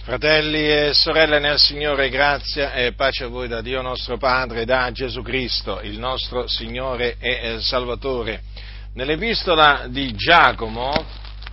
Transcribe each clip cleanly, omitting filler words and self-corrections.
Fratelli e sorelle nel Signore, grazia e pace a voi da Dio nostro Padre e da Gesù Cristo, il nostro Signore e Salvatore. Nell'epistola di Giacomo,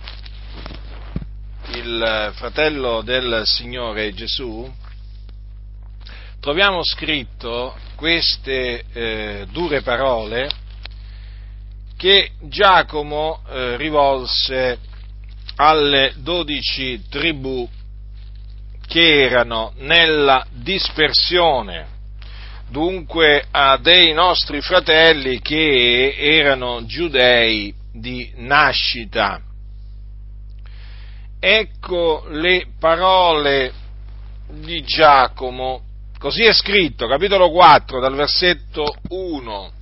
il fratello del Signore Gesù, troviamo scritto queste dure parole che Giacomo rivolse alle 12 tribù che erano nella dispersione, dunque a dei nostri fratelli che erano giudei di nascita. Ecco le parole di Giacomo, così è scritto, capitolo 4, dal versetto 1.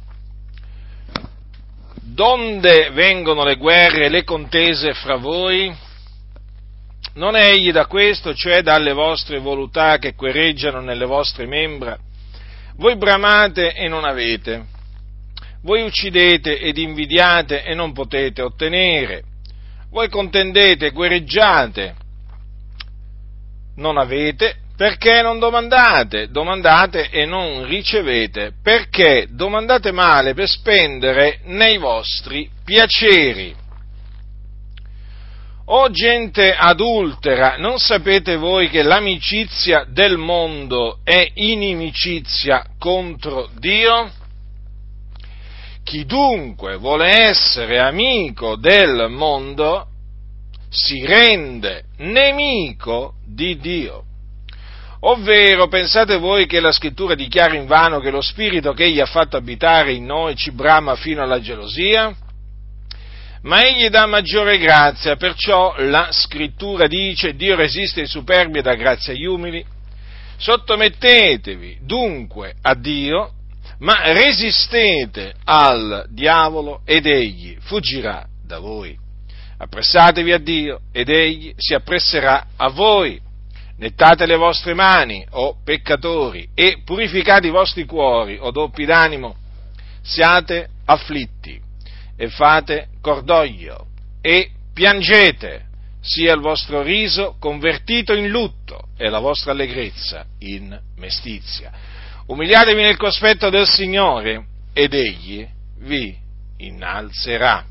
Donde vengono le guerre e le contese fra voi? Non è egli da questo, cioè dalle vostre voluttà che quereggiano nelle vostre membra? Voi bramate e non avete, voi uccidete ed invidiate e non potete ottenere, voi contendete e guerreggiate, non avete, perché non domandate, domandate e non ricevete, perché domandate male per spendere nei vostri piaceri. O gente adultera, non sapete voi che l'amicizia del mondo è inimicizia contro Dio? Chi dunque vuole essere amico del mondo si rende nemico di Dio. Ovvero, pensate voi che la Scrittura dichiara invano che lo Spirito che Egli ha fatto abitare in noi ci brama fino alla gelosia? Ma Egli dà maggiore grazia, perciò la Scrittura dice: Dio resiste ai superbi e dà grazia agli umili. Sottomettetevi dunque a Dio, ma resistete al diavolo ed egli fuggirà da voi. Appressatevi a Dio ed egli si appresserà a voi. Nettate le vostre mani, o peccatori, e purificate i vostri cuori, o doppi d'animo. Siate afflitti e fate cordoglio, e piangete, sia il vostro riso convertito in lutto, e la vostra allegrezza in mestizia. Umiliatevi nel cospetto del Signore, ed Egli vi innalzerà.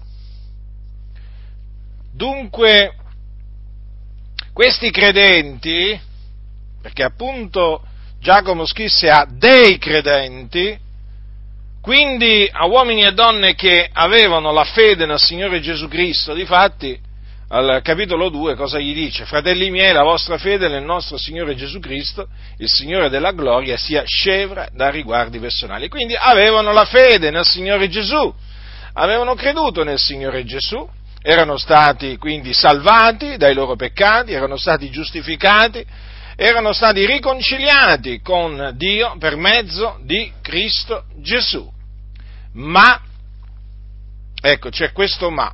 Dunque, questi credenti, perché appunto Giacomo scrisse a dei credenti, quindi a uomini e donne che avevano la fede nel Signore Gesù Cristo, difatti al capitolo 2 cosa gli dice? Fratelli miei, la vostra fede nel nostro Signore Gesù Cristo, il Signore della gloria, sia scevra da riguardi personali. Quindi avevano la fede nel Signore Gesù, avevano creduto nel Signore Gesù, erano stati quindi salvati dai loro peccati, erano stati giustificati, erano stati riconciliati con Dio per mezzo di Cristo Gesù. Ma, ecco, c'è questo ma,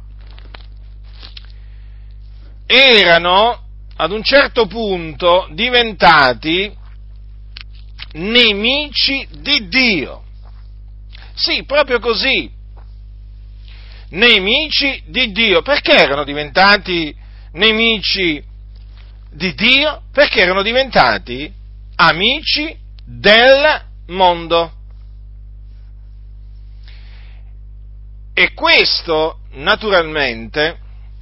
erano ad un certo punto diventati nemici di Dio. Sì, proprio così, nemici di Dio. Perché erano diventati nemici di Dio? Perché erano diventati amici del mondo. E questo naturalmente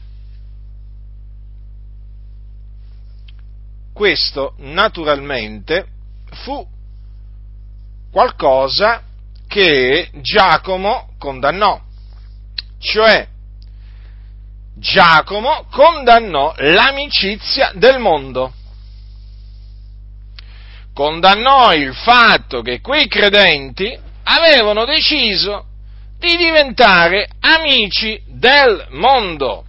fu qualcosa che Giacomo condannò. Cioè, Giacomo condannò l'amicizia del mondo. Condannò il fatto che quei credenti avevano deciso di diventare amici del mondo.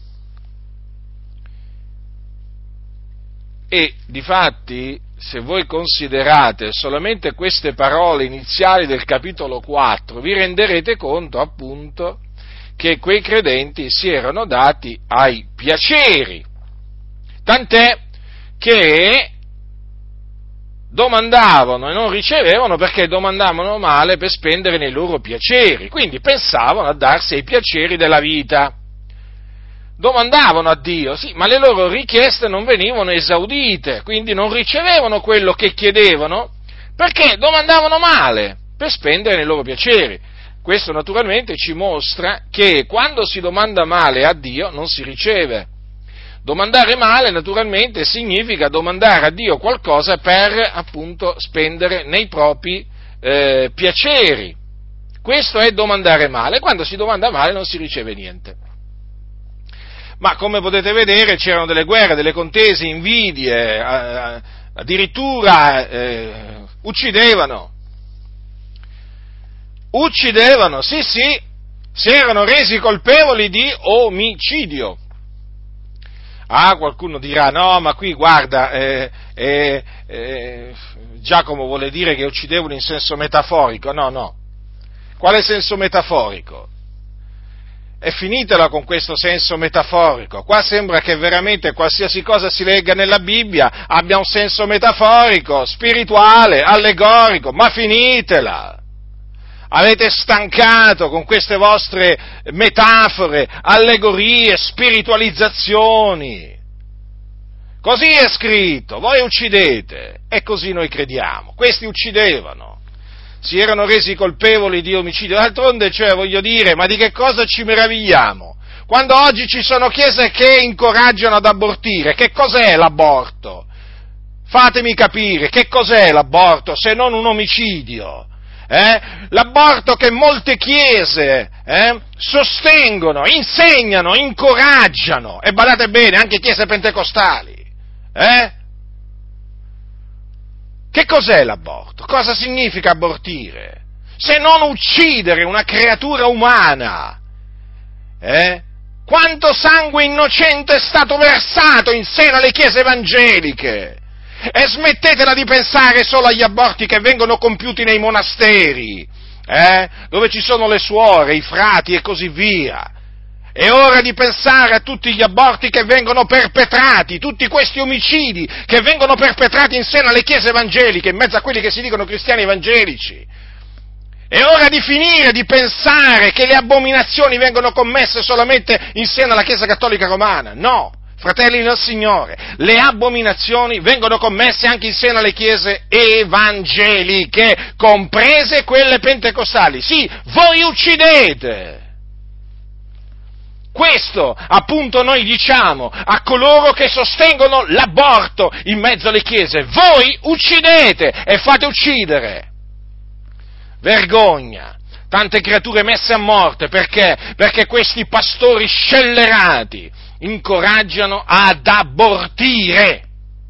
E difatti, se voi considerate solamente queste parole iniziali del capitolo 4, vi renderete conto appunto che quei credenti si erano dati ai piaceri, tant'è che domandavano e non ricevevano perché domandavano male per spendere nei loro piaceri, quindi pensavano a darsi ai piaceri della vita. domandavano a Dio, sì, ma le loro richieste non venivano esaudite, quindi non ricevevano quello che chiedevano, perché domandavano male, per spendere nei loro piaceri. Questo naturalmente ci mostra che quando si domanda male a Dio non si riceve. Domandare male naturalmente significa domandare a Dio qualcosa per appunto spendere nei propri piaceri. Questo è domandare male. Quando si domanda male non si riceve niente. Ma come potete vedere c'erano delle guerre, delle contese, invidie, addirittura uccidevano, sì, si erano resi colpevoli di omicidio. Ah, qualcuno dirà, no, ma qui guarda, Giacomo vuole dire che uccidevano in senso metaforico. No. Quale senso metaforico? E finitela con questo senso metaforico. Qua sembra che veramente qualsiasi cosa si legga nella Bibbia abbia un senso metaforico, spirituale, allegorico, ma finitela! Avete stancato con queste vostre metafore, allegorie, spiritualizzazioni. Così è scritto, voi uccidete, e così noi crediamo. Questi uccidevano, si erano resi colpevoli di omicidio. D'altronde, cioè, voglio dire, ma di che cosa ci meravigliamo? Quando oggi ci sono chiese che incoraggiano ad abortire, che cos'è l'aborto? Fatemi capire, che cos'è l'aborto se non un omicidio? L'aborto che molte chiese sostengono, insegnano, incoraggiano, e badate bene, anche chiese pentecostali. Che cos'è l'aborto? Cosa significa abortire? Se non uccidere una creatura umana. Quanto sangue innocente è stato versato in seno alle chiese evangeliche? E smettetela di pensare solo agli aborti che vengono compiuti nei monasteri, dove ci sono le suore, i frati e così via. È ora di pensare a tutti gli aborti che vengono perpetrati, tutti questi omicidi che vengono perpetrati in seno alle chiese evangeliche, in mezzo a quelli che si dicono cristiani evangelici. È ora di finire di pensare che le abominazioni vengono commesse solamente in seno alla Chiesa Cattolica Romana. No! Fratelli del Signore, le abominazioni vengono commesse anche in seno alle chiese evangeliche, comprese quelle pentecostali. Sì, voi uccidete. Questo appunto noi diciamo a coloro che sostengono l'aborto in mezzo alle chiese. Voi uccidete e fate uccidere. Vergogna. Tante creature messe a morte, perché? Perché questi pastori scellerati incoraggiano ad abortire.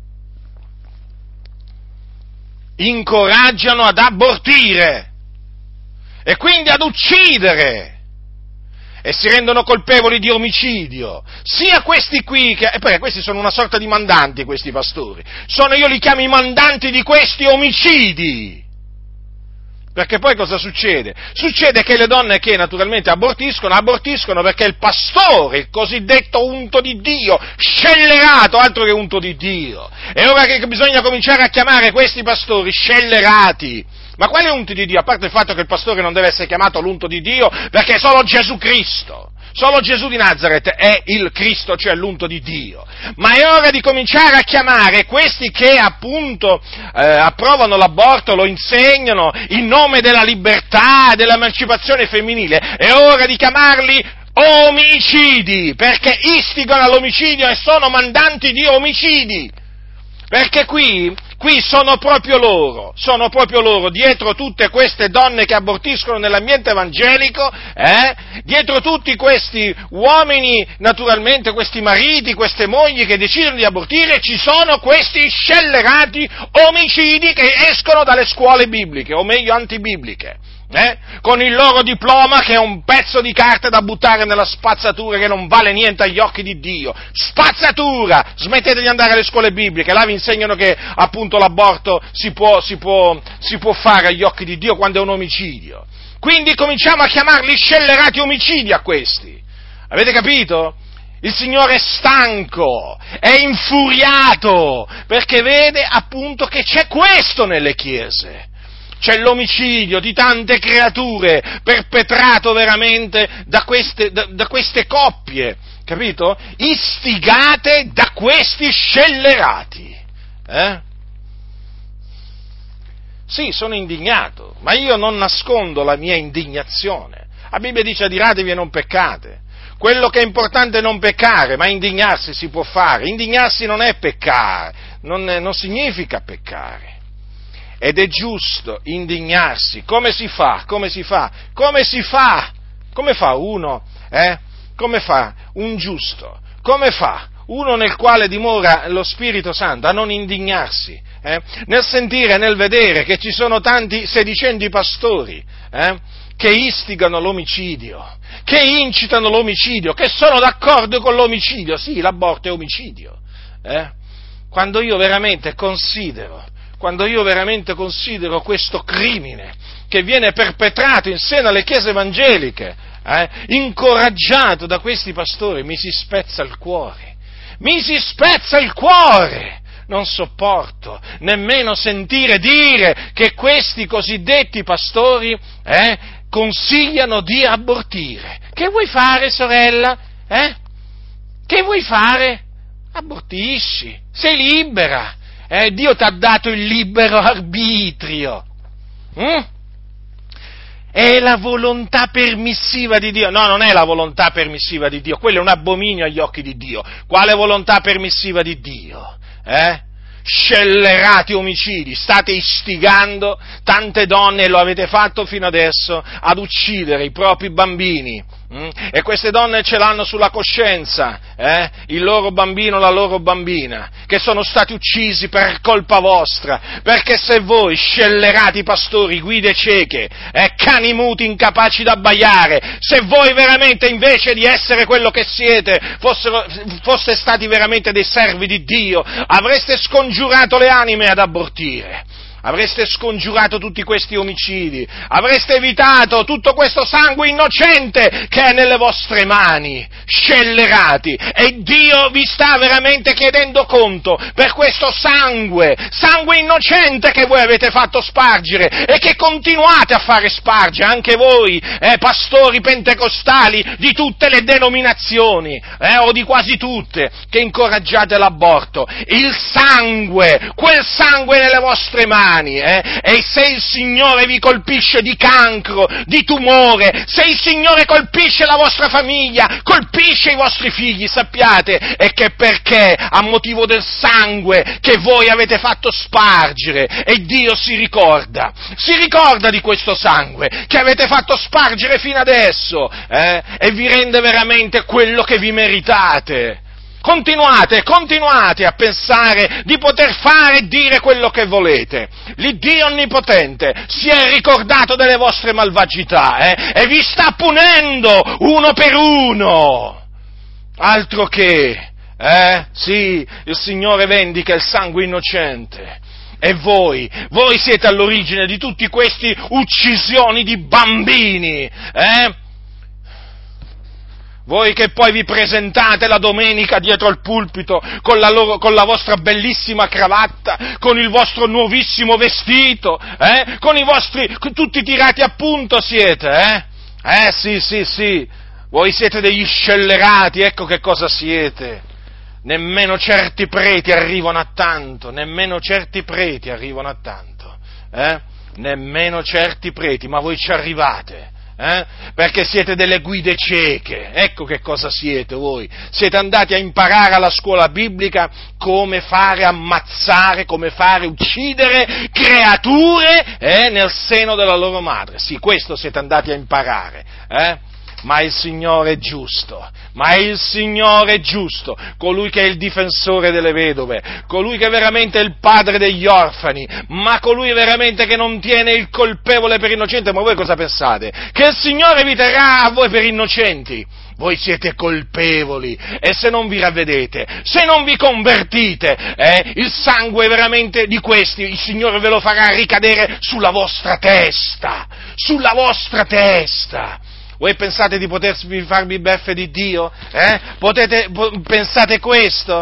Incoraggiano ad abortire e quindi ad uccidere. E si rendono colpevoli di omicidio, sia questi qui, e poi questi sono una sorta di mandanti, questi pastori, io li chiamo i mandanti di questi omicidi. Perché poi cosa succede? Succede che le donne che naturalmente abortiscono perché il pastore, il cosiddetto unto di Dio, scellerato, altro che unto di Dio. E ora che bisogna cominciare a chiamare questi pastori scellerati. Ma quale unto di Dio? A parte il fatto che il pastore non deve essere chiamato l'unto di Dio, perché solo Gesù Cristo, solo Gesù di Nazaret è il Cristo, cioè l'unto di Dio. Ma è ora di cominciare a chiamare questi che appunto approvano l'aborto, lo insegnano in nome della libertà, dell'emancipazione femminile, è ora di chiamarli omicidi, perché istigano all'omicidio e sono mandanti di omicidi. Perché qui sono proprio loro, dietro tutte queste donne che abortiscono nell'ambiente evangelico, dietro tutti questi uomini, naturalmente questi mariti, queste mogli che decidono di abortire, ci sono questi scellerati omicidi che escono dalle scuole bibliche, o meglio antibibliche. Con il loro diploma che è un pezzo di carta da buttare nella spazzatura che non vale niente agli occhi di Dio. Spazzatura! Smettete di andare alle scuole bibliche, là vi insegnano che appunto l'aborto si può fare agli occhi di Dio quando è un omicidio. Quindi cominciamo a chiamarli scellerati omicidi a questi. Avete capito? Il Signore è stanco, è infuriato, perché vede appunto che c'è questo nelle chiese. C'è l'omicidio di tante creature perpetrato veramente da queste coppie capito? Istigate da questi scellerati. Sì, sono indignato, ma io non nascondo la mia indignazione. La Bibbia dice adiratevi e non peccate. Quello che è importante è non peccare, ma indignarsi si può fare. Indignarsi non è peccare, non significa peccare. Ed è giusto indignarsi. Come si fa? Come fa uno? Come fa un giusto? Come fa uno nel quale dimora lo Spirito Santo a non indignarsi? Nel sentire, nel vedere che ci sono tanti sedicenti pastori che istigano l'omicidio, che incitano l'omicidio, che sono d'accordo con l'omicidio. Sì, l'aborto è omicidio. Quando io veramente considero questo crimine che viene perpetrato in seno alle chiese evangeliche, incoraggiato da questi pastori, mi si spezza il cuore. Non sopporto nemmeno sentire dire che questi cosiddetti pastori consigliano di abortire. Che vuoi fare, sorella? Che vuoi fare? Abortisci, sei libera. Dio ti ha dato il libero arbitrio. È la volontà permissiva di Dio. No, non è la volontà permissiva di Dio, quello è un abominio agli occhi di Dio. Quale volontà permissiva di Dio? Scellerati omicidi, state istigando tante donne, e lo avete fatto fino adesso, ad uccidere i propri bambini. E queste donne ce l'hanno sulla coscienza, il loro bambino, la loro bambina, che sono stati uccisi per colpa vostra, perché se voi, scellerati pastori, guide cieche, cani muti incapaci d'abbaiare, se voi veramente invece di essere quello che siete, foste stati veramente dei servi di Dio, avreste scongiurato le anime ad abortire. Avreste scongiurato tutti questi omicidi, avreste evitato tutto questo sangue innocente che è nelle vostre mani, scellerati, e Dio vi sta veramente chiedendo conto per questo sangue innocente che voi avete fatto spargere e che continuate a fare spargere, anche voi, pastori pentecostali di tutte le denominazioni, o di quasi tutte, che incoraggiate l'aborto. Il sangue, quel sangue nelle vostre mani, e se il Signore vi colpisce di cancro, di tumore, se il Signore colpisce la vostra famiglia, colpisce i vostri figli, sappiate, è che perché a motivo del sangue che voi avete fatto spargere, e Dio si ricorda di questo sangue che avete fatto spargere fino adesso, e vi rende veramente quello che vi meritate. Continuate a pensare di poter fare e dire quello che volete. L'Iddio Onnipotente si è ricordato delle vostre malvagità, e vi sta punendo uno per uno. Altro che, sì, il Signore vendica il sangue innocente. E voi siete all'origine di tutti questi uccisioni di bambini, Voi che poi vi presentate la domenica dietro al pulpito con la vostra bellissima cravatta, con il vostro nuovissimo vestito, con i vostri, tutti tirati a punto siete, Sì, voi siete degli scellerati, ecco che cosa siete. Nemmeno certi preti arrivano a tanto, Nemmeno certi preti, ma voi ci arrivate. Perché siete delle guide cieche, ecco che cosa siete voi, siete andati a imparare alla scuola biblica come fare ammazzare, come fare uccidere creature nel seno della loro madre, sì, questo siete andati a imparare, Ma il Signore è giusto, colui che è il difensore delle vedove, colui che è veramente il padre degli orfani, ma colui veramente che non tiene il colpevole per innocente. Ma voi cosa pensate? Che il Signore vi terrà a voi per innocenti? Voi siete colpevoli, e se non vi ravvedete, se non vi convertite, il sangue veramente di questi, il Signore ve lo farà ricadere sulla vostra testa. Voi pensate di potervi farvi beffe di Dio? Pensate questo?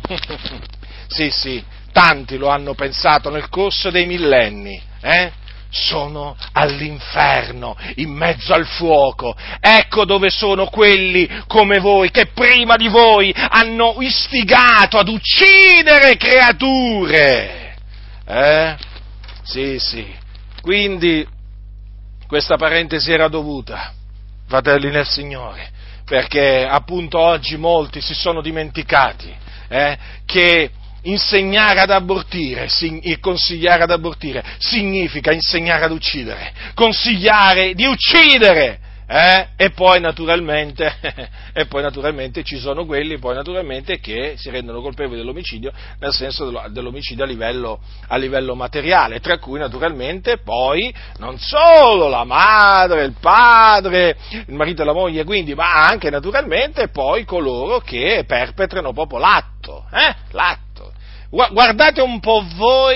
Sì, tanti lo hanno pensato nel corso dei millenni, sono all'inferno, in mezzo al fuoco. Ecco dove sono quelli come voi, che prima di voi hanno istigato ad uccidere creature. Sì. Quindi questa parentesi era dovuta, fratelli nel Signore, perché appunto oggi molti si sono dimenticati che insegnare ad abortire e consigliare ad abortire significa insegnare ad uccidere, consigliare di uccidere, e poi naturalmente ci sono quelli poi naturalmente che si rendono colpevoli dell'omicidio, nel senso dell'omicidio a livello materiale, tra cui naturalmente poi non solo la madre, il padre, il marito e la moglie, quindi, ma anche naturalmente poi coloro che perpetrano proprio l'atto. Guardate un po'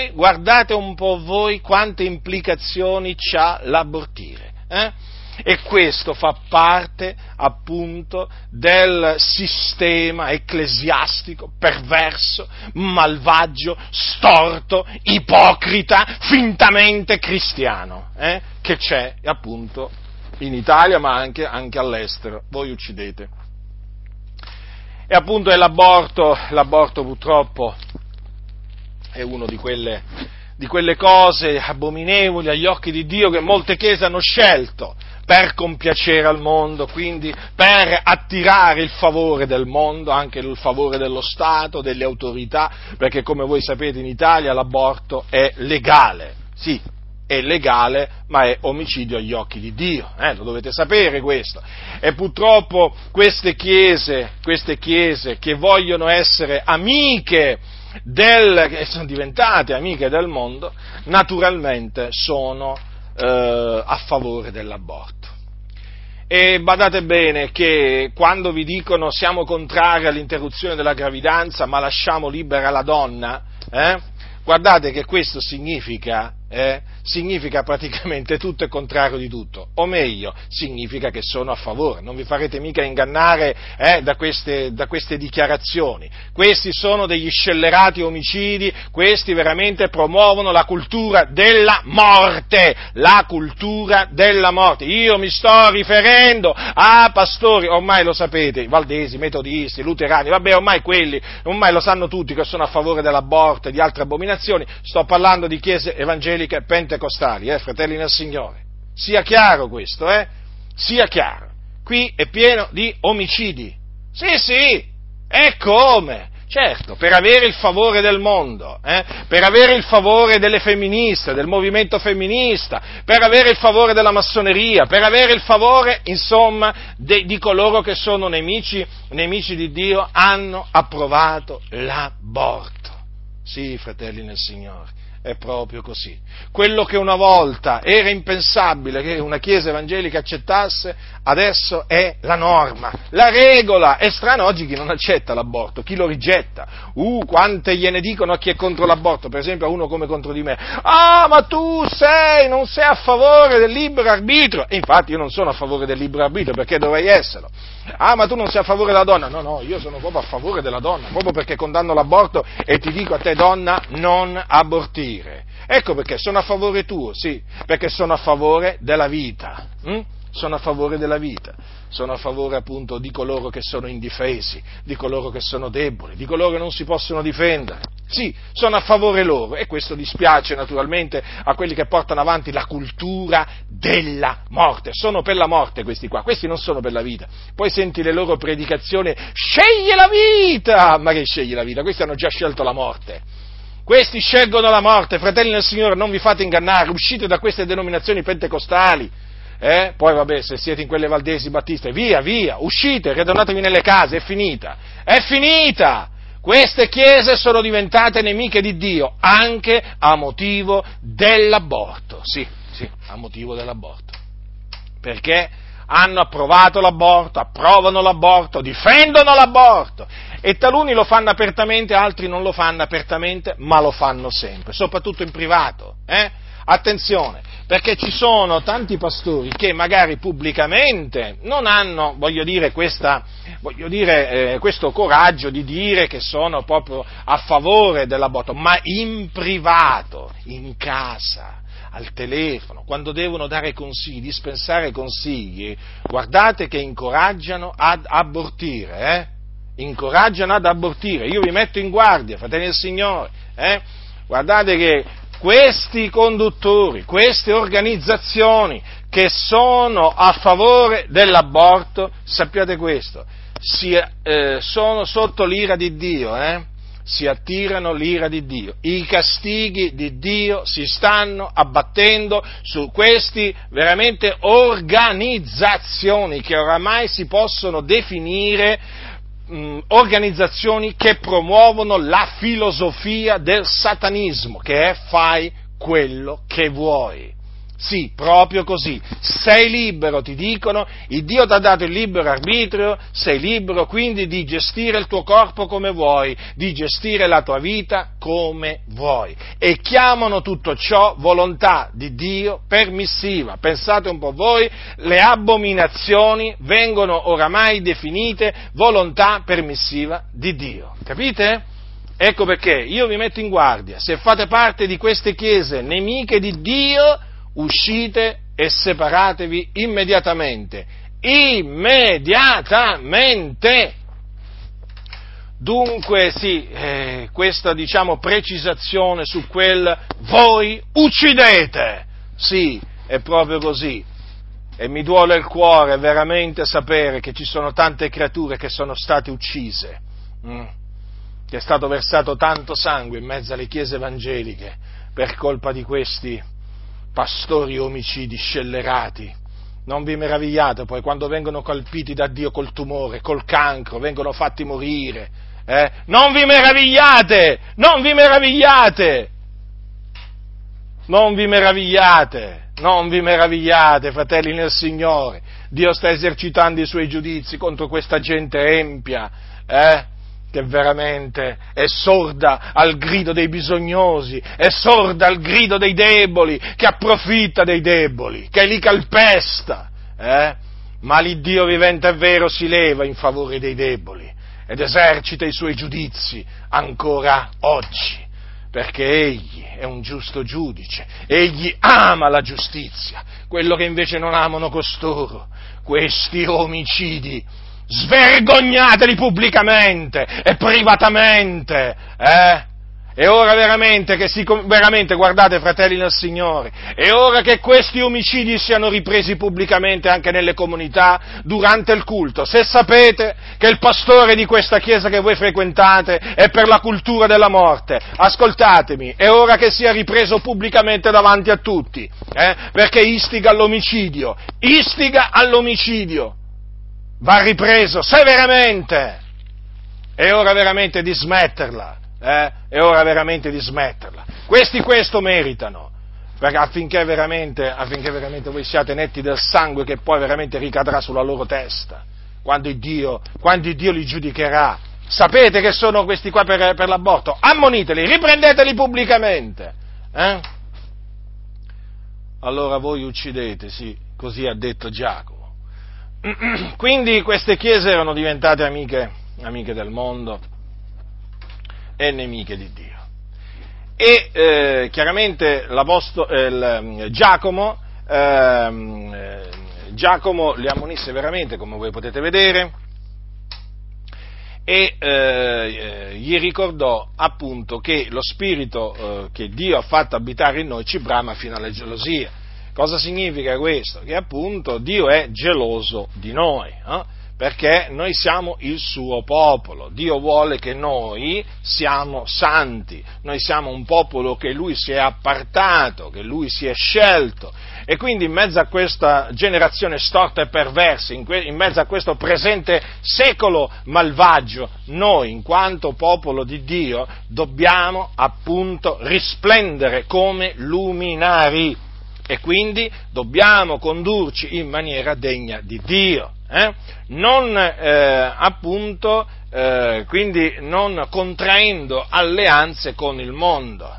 voi quante implicazioni c'ha l'abortire, E questo fa parte appunto del sistema ecclesiastico perverso, malvagio, storto, ipocrita, fintamente cristiano, che c'è appunto in Italia ma anche all'estero. Voi uccidete. E appunto è l'aborto purtroppo è uno di quelle cose abominevoli agli occhi di Dio che molte chiese hanno scelto per compiacere al mondo, quindi per attirare il favore del mondo, anche il favore dello Stato, delle autorità, perché come voi sapete in Italia l'aborto è legale, sì, è legale, ma è omicidio agli occhi di Dio, lo dovete sapere questo. E purtroppo queste chiese che vogliono essere amiche che sono diventate amiche del mondo, naturalmente sono a favore dell'aborto. E badate bene che quando vi dicono siamo contrari all'interruzione della gravidanza ma lasciamo libera la donna, guardate che questo significa praticamente tutto il contrario di tutto, o meglio, significa che sono a favore, non vi farete mica ingannare da queste dichiarazioni. Questi sono degli scellerati omicidi, questi veramente promuovono la cultura della morte. Io mi sto riferendo a pastori, ormai lo sapete, valdesi, metodisti, luterani, vabbè, ormai lo sanno tutti che sono a favore dell'aborto e di altre abominazioni. Sto parlando di chiese evangeliche pentecostali, fratelli nel Signore. Sia chiaro questo, sia chiaro. Qui è pieno di omicidi. Sì, e come? Certo, per avere il favore del mondo, per avere il favore delle femministe, del movimento femminista, per avere il favore della massoneria, per avere il favore, insomma, di coloro che sono nemici di Dio, hanno approvato l'aborto. Sì, fratelli nel Signore. È proprio così. Quello che una volta era impensabile che una chiesa evangelica accettasse, adesso è la norma, la regola. È strano oggi chi non accetta l'aborto, chi lo rigetta. Quante gliene dicono a chi è contro l'aborto, per esempio a uno come contro di me. Ma tu non sei a favore del libero arbitrio. E infatti io non sono a favore del libero arbitrio, perché dovrei esserlo. Ma tu non sei a favore della donna? No, io sono proprio a favore della donna, proprio perché condanno l'aborto e ti dico a te, donna, non abortire. Ecco perché sono a favore tuo, sì, perché sono a favore della vita, sono a favore della vita, sono a favore appunto di coloro che sono indifesi, di coloro che sono deboli, di coloro che non si possono difendere. Sì, sono a favore loro, e questo dispiace naturalmente a quelli che portano avanti la cultura della morte. Sono per la morte questi qua, questi non sono per la vita. Poi senti le loro predicazioni, scegli la vita! Ma che scegli la vita? Questi hanno già scelto la morte. Questi scelgono la morte, fratelli del Signore, non vi fate ingannare, uscite da queste denominazioni pentecostali. Poi vabbè, se siete in quelle valdesi battiste, via, uscite, radunatevi nelle case, è finita! Queste chiese sono diventate nemiche di Dio, anche a motivo dell'aborto, sì, a motivo dell'aborto, perché hanno approvato l'aborto, approvano l'aborto, difendono l'aborto, e taluni lo fanno apertamente, altri non lo fanno apertamente, ma lo fanno sempre, soprattutto in privato, Attenzione, perché ci sono tanti pastori che magari pubblicamente non hanno, questo coraggio di dire che sono proprio a favore dell'aborto, ma in privato, in casa, al telefono, quando devono dare consigli, dispensare consigli, guardate che incoraggiano ad abortire, incoraggiano ad abortire. Io vi metto in guardia, fratelli del Signore, guardate che questi conduttori, queste organizzazioni che sono a favore dell'aborto, sappiate questo, sono sotto l'ira di Dio, si attirano l'ira di Dio. I castighi di Dio si stanno abbattendo su questi veramente organizzazioni che oramai si possono definire organizzazioni che promuovono la filosofia del satanismo, che è fai quello che vuoi. Sì, proprio così. Sei libero, ti dicono, il Dio ti ha dato il libero arbitrio, sei libero quindi di gestire il tuo corpo come vuoi, di gestire la tua vita come vuoi. E chiamano tutto ciò volontà di Dio permissiva. Pensate un po' voi, le abominazioni vengono oramai definite volontà permissiva di Dio. Capite? Ecco perché io vi metto in guardia, se fate parte di queste chiese nemiche di Dio, uscite e separatevi immediatamente. Immediatamente! Dunque, sì, questa, precisazione su quel voi uccidete! Sì, è proprio così. E mi duole il cuore veramente sapere che ci sono tante creature che sono state uccise, che è stato versato tanto sangue in mezzo alle chiese evangeliche per colpa di questi pastori omicidi scellerati. Non vi meravigliate poi quando vengono colpiti da Dio col tumore, col cancro, vengono fatti morire. Non vi meravigliate! Non vi meravigliate! Non vi meravigliate! Non vi meravigliate, fratelli nel Signore. Dio sta esercitando i suoi giudizi contro questa gente empia, che veramente è sorda al grido dei bisognosi, è sorda al grido dei deboli, che approfitta dei deboli, che li calpesta, ma l'Iddio vivente e vero si leva in favore dei deboli ed esercita i suoi giudizi ancora oggi, perché Egli è un giusto giudice, Egli ama la giustizia, quello che invece non amano costoro, questi omicidi. Svergognateli pubblicamente e privatamente, E ora veramente guardate, fratelli nel Signore, è ora che questi omicidi siano ripresi pubblicamente anche nelle comunità durante il culto. Se sapete che il pastore di questa chiesa che voi frequentate è per la cultura della morte, ascoltatemi, è ora che sia ripreso pubblicamente davanti a tutti, perché istiga all'omicidio, va ripreso severamente, è ora veramente di smetterla, è ora veramente di smetterla. Questi questo meritano, affinché veramente voi siate netti del sangue che poi veramente ricadrà sulla loro testa, quando il Dio li giudicherà. Sapete che sono questi qua per l'aborto? Ammoniteli, riprendeteli pubblicamente, Allora voi uccidete, sì, così ha detto Giacomo. Quindi queste chiese erano diventate amiche del mondo e nemiche di Dio. E chiaramente Giacomo li ammonisse veramente, come voi potete vedere, e gli ricordò appunto che lo spirito che Dio ha fatto abitare in noi ci brama fino alla gelosia. Cosa significa questo? Che appunto Dio è geloso di noi, perché noi siamo il suo popolo. Dio vuole che noi siamo santi, noi siamo un popolo che Lui si è appartato, che Lui si è scelto. E quindi in mezzo a questa generazione storta e perversa, in mezzo a questo presente secolo malvagio, noi, in quanto popolo di Dio, dobbiamo appunto risplendere come luminari. E quindi dobbiamo condurci in maniera degna di Dio, quindi non contraendo alleanze con il mondo,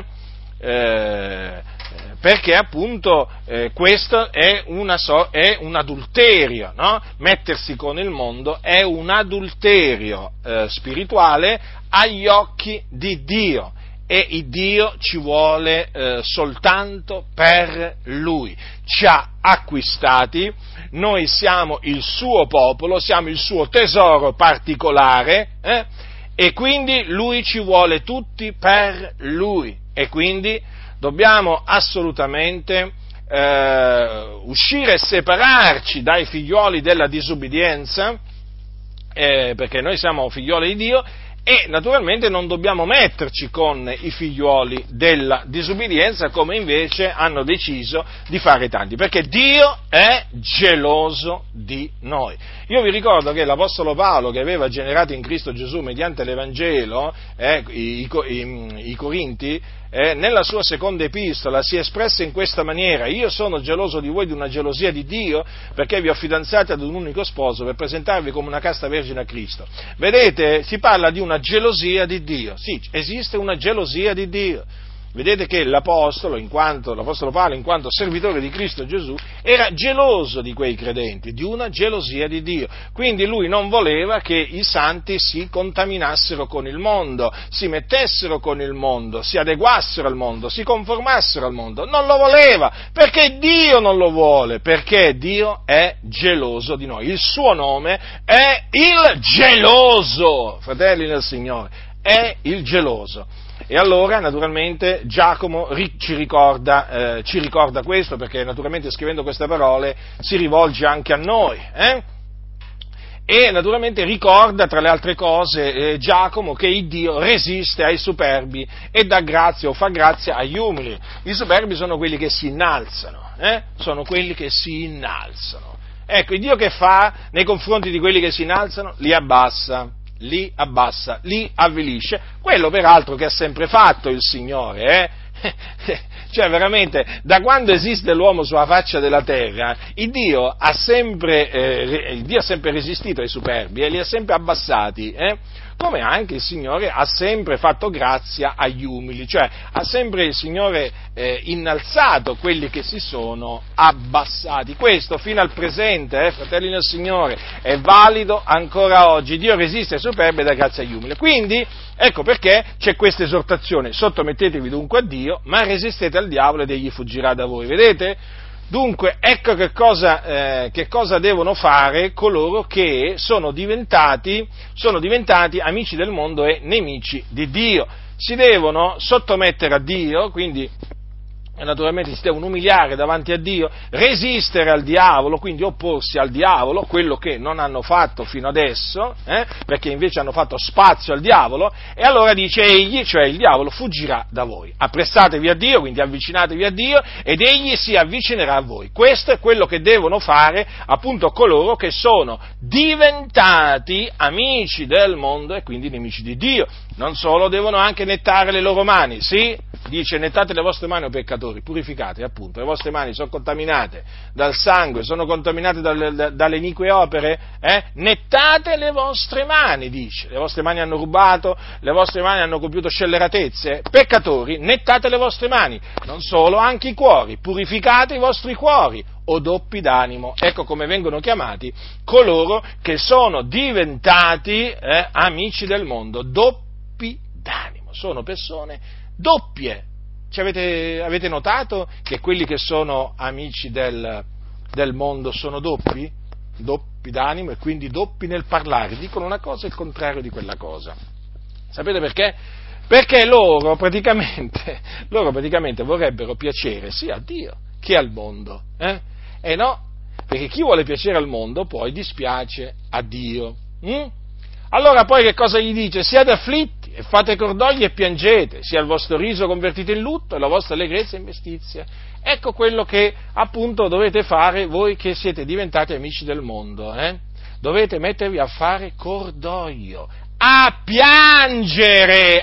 perché appunto questo è un adulterio, no? Mettersi con il mondo è un adulterio spirituale agli occhi di Dio. e il Dio ci vuole soltanto per Lui. Ci ha acquistati, noi siamo il suo popolo, siamo il suo tesoro particolare, e quindi Lui ci vuole tutti per Lui, e quindi dobbiamo assolutamente uscire e separarci dai figlioli della disubbidienza, perché noi siamo figlioli di Dio, e naturalmente non dobbiamo metterci con i figlioli della disubbidienza, come invece hanno deciso di fare tanti, perché Dio è geloso di noi. Io vi ricordo che l'Apostolo Paolo, che aveva generato in Cristo Gesù mediante l'Evangelo i Corinti, nella sua seconda epistola si è espressa in questa maniera: io sono geloso di voi di una gelosia di Dio, perché vi ho fidanzati ad un unico sposo per presentarvi come una casta vergine a Cristo. Vedete, si parla di una gelosia di Dio. Sì, esiste una gelosia di Dio. Vedete che l'Apostolo Paolo, in quanto servitore di Cristo Gesù, era geloso di quei credenti, di una gelosia di Dio. Quindi lui non voleva che i santi si contaminassero con il mondo, si mettessero con il mondo, si adeguassero al mondo, si conformassero al mondo. Non lo voleva, perché Dio non lo vuole, perché Dio è geloso di noi. Il suo nome è il geloso, fratelli del Signore, è il geloso. E allora, naturalmente, Giacomo ci ricorda questo, perché naturalmente scrivendo queste parole si rivolge anche a noi, E naturalmente ricorda, tra le altre cose, Giacomo, che il Dio resiste ai superbi e dà grazia o fa grazia agli umili. I superbi sono quelli che si innalzano, sono quelli che si innalzano. Ecco, il Dio che fa nei confronti di quelli che si innalzano? Li abbassa, li avvilisce, quello peraltro che ha sempre fatto il Signore, Cioè veramente, da quando esiste l'uomo sulla faccia della terra, il Dio ha sempre resistito ai superbi e li ha sempre abbassati, come anche il Signore ha sempre fatto grazia agli umili, cioè ha sempre il Signore innalzato quelli che si sono abbassati. Questo fino al presente, fratelli del Signore, è valido ancora oggi. Dio resiste ai superbi e dà grazia agli umili. Quindi, ecco perché c'è questa esortazione: sottomettetevi dunque a Dio, ma resistete al diavolo ed egli fuggirà da voi. Vedete? Dunque, ecco che cosa devono fare coloro che sono diventati amici del mondo e nemici di Dio. Si devono sottomettere a Dio, quindi naturalmente si devono umiliare davanti a Dio, resistere al diavolo, quindi opporsi al diavolo, quello che non hanno fatto fino adesso, perché invece hanno fatto spazio al diavolo, e allora dice egli, cioè il diavolo, fuggirà da voi. Appressatevi a Dio, quindi avvicinatevi a Dio, ed egli si avvicinerà a voi. Questo è quello che devono fare appunto coloro che sono diventati amici del mondo e quindi nemici di Dio. Non solo, devono anche nettare le loro mani, sì? Dice: nettate le vostre mani, o peccatori, purificate, appunto, le vostre mani sono contaminate dal sangue, sono contaminate dalle inique opere, nettate le vostre mani, dice, le vostre mani hanno rubato, le vostre mani hanno compiuto scelleratezze, peccatori, nettate le vostre mani, non solo, anche i cuori, purificate i vostri cuori, o doppi d'animo. Ecco come vengono chiamati coloro che sono diventati amici del mondo, doppi d'animo, sono persone doppie. Avete notato che quelli che sono amici del mondo sono doppi? Doppi d'animo e quindi doppi nel parlare, dicono una cosa e il contrario di quella cosa. Sapete perché? Perché loro praticamente vorrebbero piacere sia a Dio che al mondo, E no, perché chi vuole piacere al mondo poi dispiace a Dio. Allora poi che cosa gli dice? Siate afflitti e fate cordoglio e piangete, sia il vostro riso convertito in lutto e la vostra allegrezza in mestizia. Ecco quello che appunto dovete fare voi che siete diventati amici del mondo, Dovete mettervi a fare cordoglio, a piangere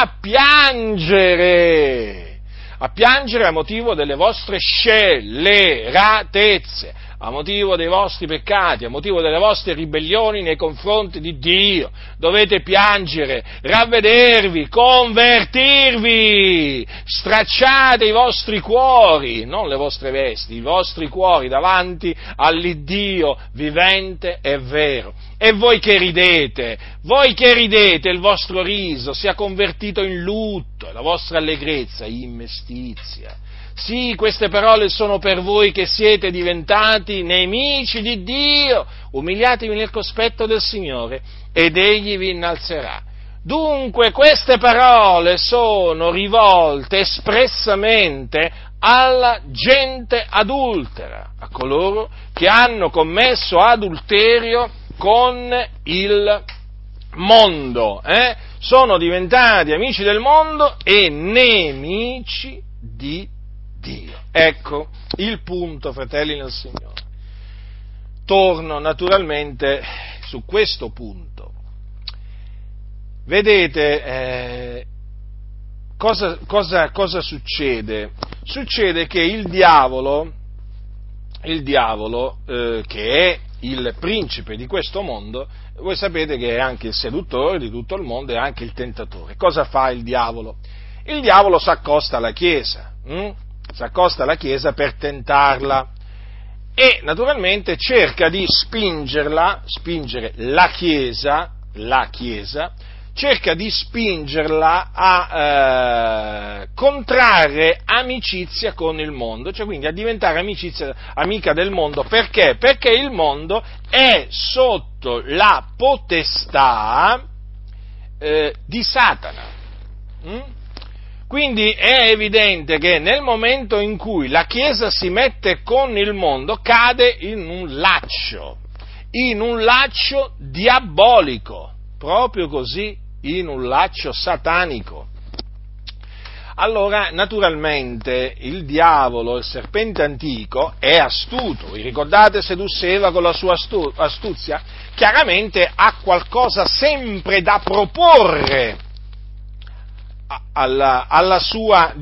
a motivo delle vostre scelleratezze, a motivo dei vostri peccati, a motivo delle vostre ribellioni nei confronti di Dio. Dovete piangere, ravvedervi, convertirvi, stracciate i vostri cuori, non le vostre vesti, i vostri cuori davanti all'Iddio vivente e vero. E voi che ridete, il vostro riso sia convertito in lutto, e la vostra allegrezza in mestizia. Sì, queste parole sono per voi che siete diventati nemici di Dio. Umiliatevi nel cospetto del Signore ed Egli vi innalzerà. Dunque queste parole sono rivolte espressamente alla gente adultera, a coloro che hanno commesso adulterio con il mondo, sono diventati amici del mondo e nemici di Dio. Ecco il punto, fratelli nel Signore. Torno naturalmente su questo punto. Vedete, cosa succede? Succede che il diavolo, che è il principe di questo mondo, voi sapete che è anche il seduttore di tutto il mondo e anche il tentatore. Cosa fa il diavolo? Il diavolo s'accosta alla Chiesa, per tentarla e naturalmente cerca di spingere la Chiesa, cerca di spingerla a contrarre amicizia con il mondo, cioè quindi a diventare amica del mondo. Perché? Perché il mondo è sotto la potestà di Satana. Quindi è evidente che nel momento in cui la Chiesa si mette con il mondo, cade in un laccio diabolico, proprio così, in un laccio satanico. Allora, naturalmente, il diavolo, il serpente antico, è astuto. Vi ricordate, sedusse Eva con la sua astuzia? Chiaramente ha qualcosa sempre da proporre alla sua,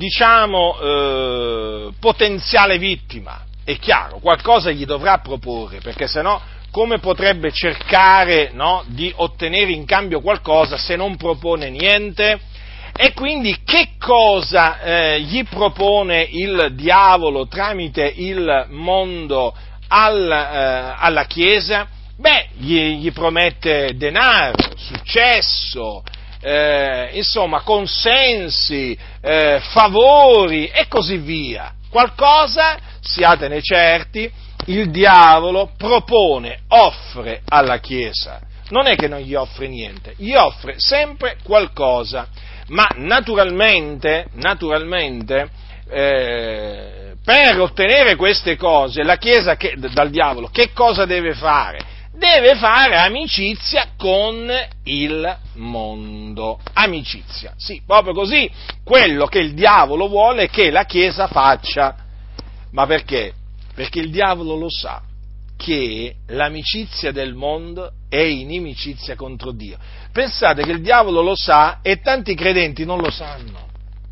potenziale vittima. È chiaro, qualcosa gli dovrà proporre, perché sennò come potrebbe cercare, di ottenere in cambio qualcosa se non propone niente? E quindi che cosa gli propone il diavolo tramite il mondo alla Chiesa? Gli promette denaro, successo, consensi, favori e così via. Qualcosa, siatene certi, il diavolo offre alla Chiesa. Non è che non gli offre niente, gli offre sempre qualcosa, ma naturalmente, per ottenere queste cose, la Chiesa dal diavolo che cosa deve fare? Deve fare amicizia con il mondo. Amicizia, sì, proprio così, quello che il diavolo vuole che la Chiesa faccia. Ma perché? Perché il diavolo lo sa che l'amicizia del mondo è inimicizia contro Dio. Pensate che il diavolo lo sa e tanti credenti non lo sanno.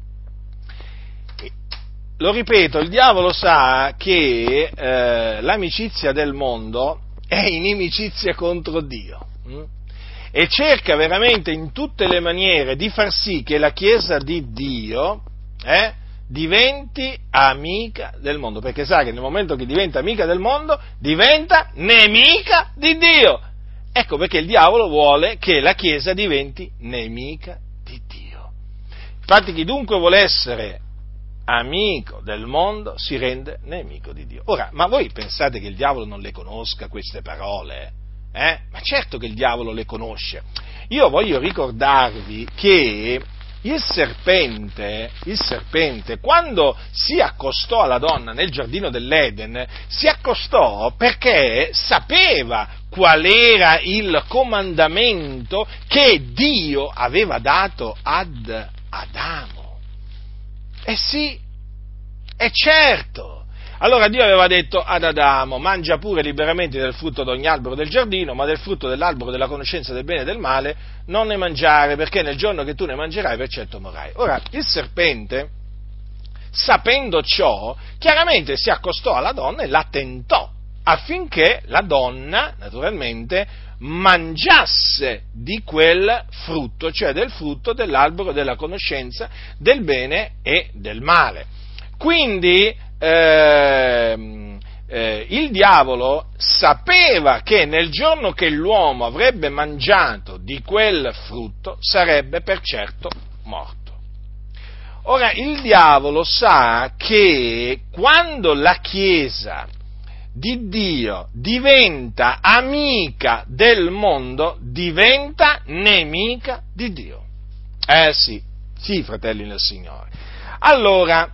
Lo ripeto, il diavolo sa che l'amicizia del mondo è inimicizia contro Dio e cerca veramente in tutte le maniere di far sì che la Chiesa di Dio diventi amica del mondo, perché sa che nel momento che diventa amica del mondo diventa nemica di Dio. Ecco perché il diavolo vuole che la Chiesa diventi nemica di Dio. Infatti chi dunque vuole essere amico del mondo si rende nemico di Dio. Ora, ma voi pensate che il diavolo non le conosca queste parole? Ma certo che il diavolo le conosce. Io voglio ricordarvi che il serpente, quando si accostò alla donna nel giardino dell'Eden, si accostò perché sapeva qual era il comandamento che Dio aveva dato ad Adamo. Sì, è certo. Allora Dio aveva detto ad Adamo: mangia pure liberamente del frutto di ogni albero del giardino, ma del frutto dell'albero della conoscenza del bene e del male non ne mangiare, perché nel giorno che tu ne mangerai per certo morrai. Ora, il serpente, sapendo ciò, chiaramente si accostò alla donna e la tentò, affinché la donna, naturalmente, mangiasse di quel frutto, cioè del frutto dell'albero della conoscenza del bene e del male. Quindi il diavolo sapeva che nel giorno che l'uomo avrebbe mangiato di quel frutto sarebbe per certo morto. Ora, il diavolo sa che quando la Chiesa di Dio diventa amica del mondo, diventa nemica di Dio. Sì, fratelli nel Signore. Allora,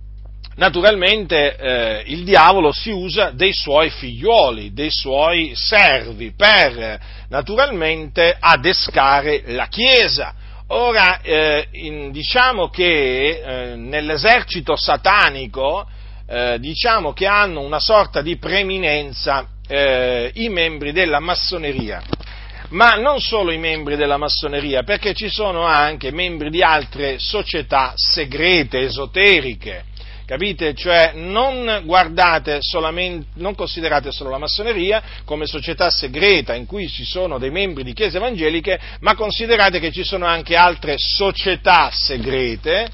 naturalmente il diavolo si usa dei suoi figliuoli, dei suoi servi, per naturalmente adescare la Chiesa. Ora, diciamo che nell'esercito satanico, diciamo che hanno una sorta di preeminenza i membri della massoneria, ma non solo i membri della massoneria, perché ci sono anche membri di altre società segrete, esoteriche, capite? Cioè non considerate solo la massoneria come società segreta in cui ci sono dei membri di chiese evangeliche, ma considerate che ci sono anche altre società segrete,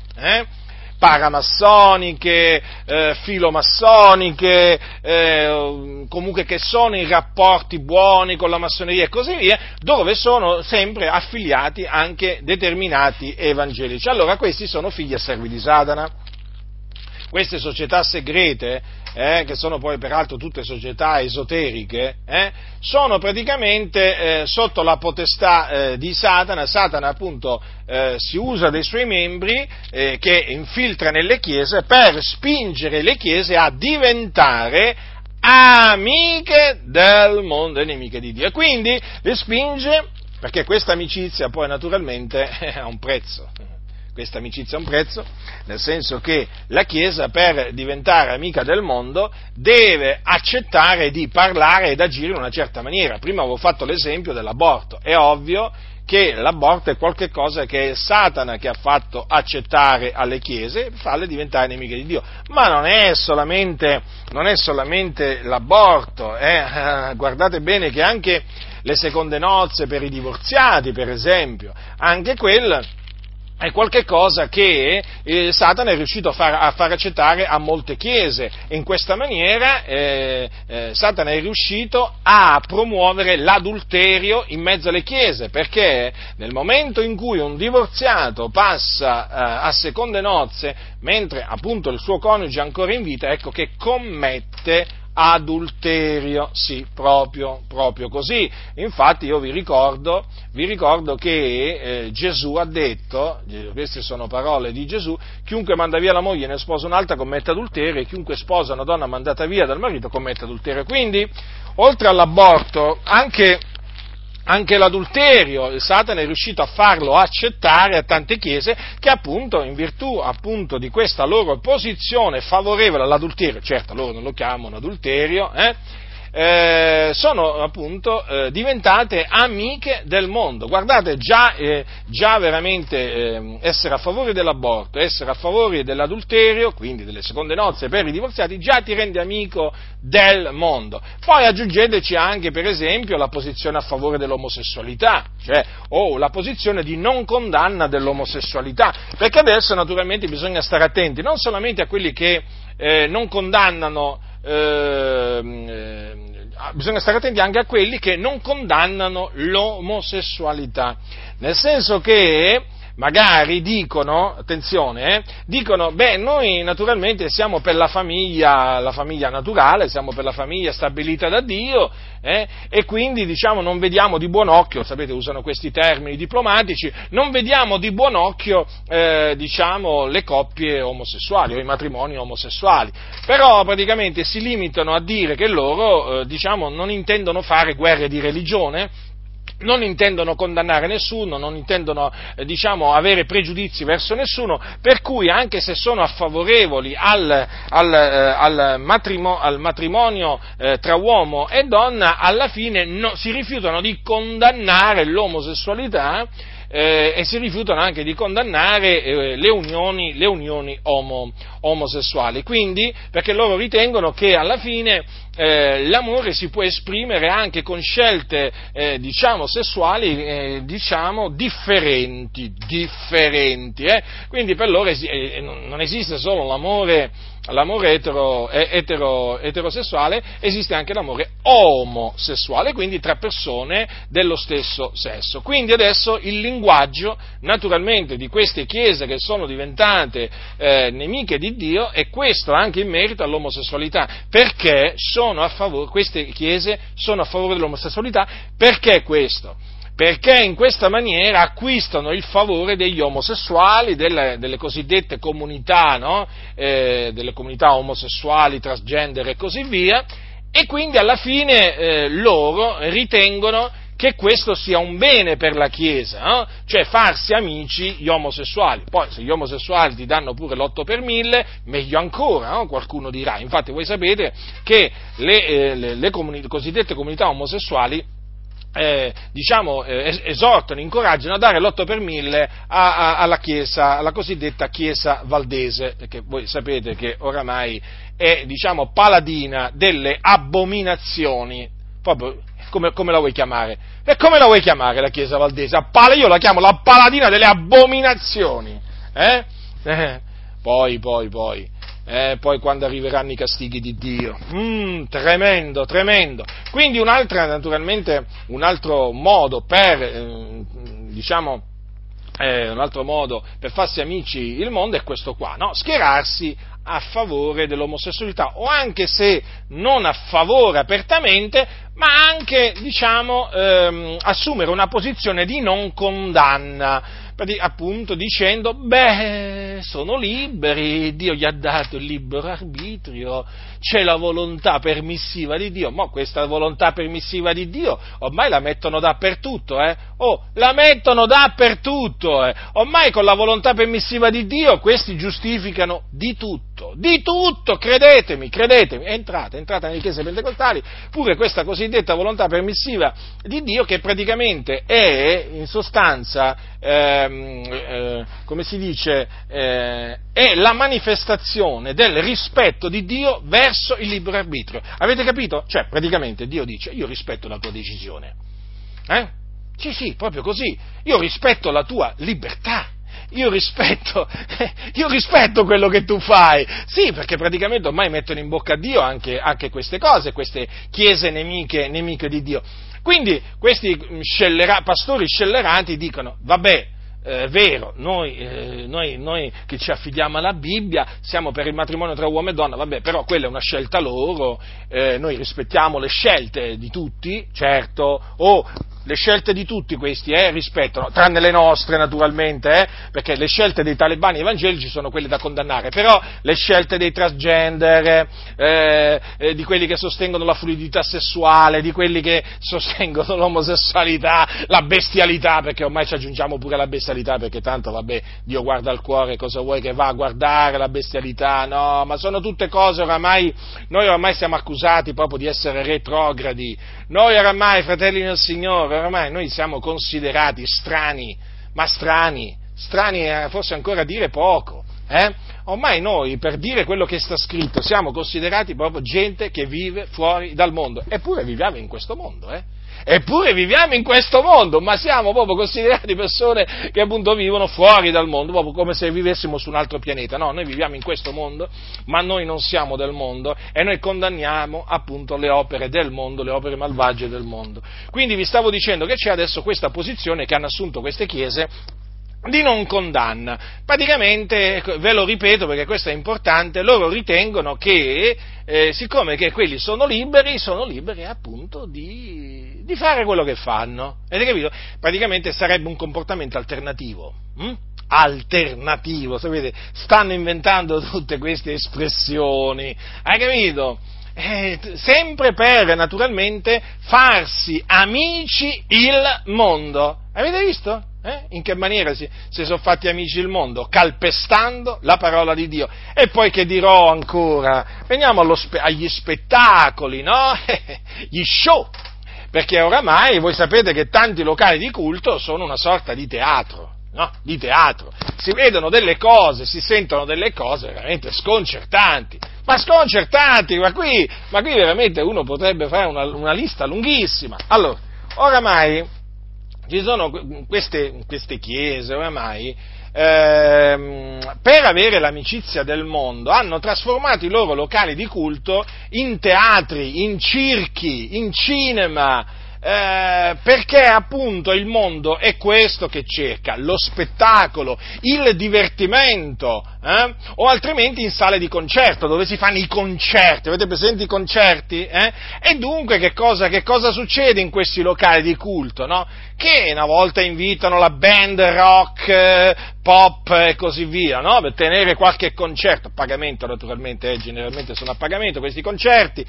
paramassoniche, filomassoniche, comunque che sono in rapporti buoni con la massoneria e così via, dove sono sempre affiliati anche determinati evangelici. Allora questi sono figli e servi di Satana. Queste società segrete, che sono poi peraltro tutte società esoteriche, sono praticamente sotto la potestà di Satana. Satana appunto si usa dei suoi membri che infiltra nelle chiese per spingere le chiese a diventare amiche del mondo e nemiche di Dio. E quindi le spinge, perché questa amicizia poi naturalmente ha un prezzo. Questa amicizia ha un prezzo, nel senso che la Chiesa, per diventare amica del mondo, deve accettare di parlare ed agire in una certa maniera. Prima avevo fatto l'esempio dell'aborto. È ovvio che l'aborto è qualcosa che è Satana che ha fatto accettare alle Chiese e farle diventare nemiche di Dio. Ma non è solamente l'aborto. Guardate bene che anche le seconde nozze per i divorziati, per esempio, anche quel è qualche cosa che Satana è riuscito a far accettare a molte chiese, e in questa maniera Satana è riuscito a promuovere l'adulterio in mezzo alle chiese, perché nel momento in cui un divorziato passa a seconde nozze, mentre appunto il suo coniuge è ancora in vita, ecco che commette adulterio, sì, proprio così. Infatti io vi ricordo che Gesù ha detto, queste sono parole di Gesù: chiunque manda via la moglie e ne sposa un'altra commette adulterio, e chiunque sposa una donna mandata via dal marito commette adulterio. Quindi, oltre all'aborto, anche l'adulterio, Satana è riuscito a farlo accettare a tante chiese che appunto, in virtù appunto di questa loro posizione favorevole all'adulterio, certo loro non lo chiamano adulterio, sono appunto diventate amiche del mondo. Guardate, già veramente essere a favore dell'aborto, essere a favore dell'adulterio, quindi delle seconde nozze per i divorziati, già ti rende amico del mondo. Poi aggiungeteci anche, per esempio, la posizione a favore dell'omosessualità, cioè la posizione di non condanna dell'omosessualità, perché adesso naturalmente bisogna stare attenti non solamente a quelli che non condannano, bisogna stare attenti anche a quelli che non condannano l'omosessualità, nel senso che magari dicono, attenzione, noi naturalmente siamo per la famiglia naturale, siamo per la famiglia stabilita da Dio, e quindi non vediamo di buon occhio, sapete, usano questi termini diplomatici, non vediamo di buon occhio le coppie omosessuali o i matrimoni omosessuali, però praticamente si limitano a dire che loro non intendono fare guerre di religione, non intendono condannare nessuno, non intendono avere pregiudizi verso nessuno, per cui anche se sono favorevoli al matrimonio tra uomo e donna, alla fine si rifiutano di condannare l'omosessualità e si rifiutano anche di condannare le unioni omosessuali, quindi perché loro ritengono che alla fine l'amore si può esprimere anche con scelte sessuali differenti. Quindi per loro non esiste solo l'amore eterosessuale, esiste anche l'amore omosessuale, quindi tra persone dello stesso sesso. Quindi adesso il linguaggio, naturalmente, di queste chiese che sono diventate nemiche di Dio è questo anche in merito all'omosessualità, perché queste chiese sono a favore dell'omosessualità. Perché questo? Perché in questa maniera acquistano il favore degli omosessuali, delle cosiddette comunità, no? Delle comunità omosessuali, transgender e così via, e quindi alla fine loro ritengono che questo sia un bene per la Chiesa, no? Cioè farsi amici gli omosessuali. Poi se gli omosessuali ti danno pure l'8 per 1000, meglio ancora, no? Qualcuno dirà. Infatti voi sapete che le cosiddette comunità omosessuali esortano, incoraggiano a dare l'8 per 1000 alla Chiesa, alla cosiddetta Chiesa Valdese, perché voi sapete che oramai è, paladina delle abominazioni, proprio come la vuoi chiamare? E come la vuoi chiamare la Chiesa Valdese? Io la chiamo la paladina delle abominazioni, Poi quando arriveranno i castighi di Dio, tremendo. Quindi un altro modo per farsi amici il mondo è questo qua, no? Schierarsi a favore dell'omosessualità, o anche se non a favore apertamente, ma anche, assumere una posizione di non condanna, appunto dicendo, sono liberi, Dio gli ha dato il libero arbitrio, c'è la volontà permissiva di Dio, ma questa volontà permissiva di Dio ormai la mettono dappertutto, la mettono dappertutto, ormai con la volontà permissiva di Dio questi giustificano di tutto, credetemi, entrate nelle chiese pentecostali, pure questa cosiddetta volontà permissiva di Dio, che praticamente è, in sostanza, come si dice, è la manifestazione del rispetto di Dio verso il libero arbitrio. Avete capito? Cioè, praticamente Dio dice, io rispetto la tua decisione. Sì, proprio così. Io rispetto la tua libertà. Io rispetto quello che tu fai. Sì, perché praticamente ormai mettono in bocca a Dio anche queste cose, queste chiese nemiche di Dio. Quindi questi pastori scellerati dicono, vabbè, vero, noi che ci affidiamo alla Bibbia siamo per il matrimonio tra uomo e donna, vabbè, però quella è una scelta loro, noi rispettiamo le scelte di tutti, certo, le scelte di tutti questi rispettano, tranne le nostre naturalmente, perché le scelte dei talebani evangelici sono quelle da condannare, però le scelte dei transgender, di quelli che sostengono la fluidità sessuale, di quelli che sostengono l'omosessualità, la bestialità, perché ormai ci aggiungiamo pure la bestialità, perché tanto vabbè, Dio guarda al cuore, cosa vuoi che va a guardare la bestialità? No, ma sono tutte cose noi oramai siamo accusati proprio di essere retrogradi, noi oramai, fratelli del Signore, oramai noi siamo considerati strani, ma strani forse ancora a dire poco, Ormai noi, per dire quello che sta scritto, siamo considerati proprio gente che vive fuori dal mondo, eppure viviamo in questo mondo, ma siamo proprio considerati persone che appunto vivono fuori dal mondo, proprio come se vivessimo su un altro pianeta. No, noi viviamo in questo mondo, ma noi non siamo del mondo e noi condanniamo appunto le opere del mondo, le opere malvagie del mondo. Quindi vi stavo dicendo che c'è adesso questa posizione che hanno assunto queste chiese di non condanna. Praticamente, ve lo ripeto perché questo è importante, loro ritengono che siccome che quelli sono liberi appunto di fare quello che fanno. Avete capito? Praticamente sarebbe un comportamento alternativo. Alternativo, sapete? Stanno inventando tutte queste espressioni. Hai capito? Sempre per, naturalmente, farsi amici il mondo. Avete visto? In che maniera si sono fatti amici il mondo? Calpestando la parola di Dio. E poi che dirò ancora? Veniamo agli spettacoli, no? Gli show. Perché oramai voi sapete che tanti locali di culto sono una sorta di teatro. no? Di teatro. Si vedono delle cose, si sentono delle cose veramente sconcertanti. Ma sconcertanti, ma qui veramente uno potrebbe fare una lista lunghissima. Allora, oramai ci sono queste chiese, oramai, per avere l'amicizia del mondo, hanno trasformato i loro locali di culto in teatri, in circhi, in cinema, perché appunto il mondo è questo che cerca, lo spettacolo, il divertimento, o altrimenti in sale di concerto, dove si fanno i concerti, avete presente i concerti? E dunque che cosa succede in questi locali di culto, no? Che una volta invitano la band rock, pop e così via, no? Per tenere qualche concerto, a pagamento naturalmente, generalmente sono a pagamento questi concerti,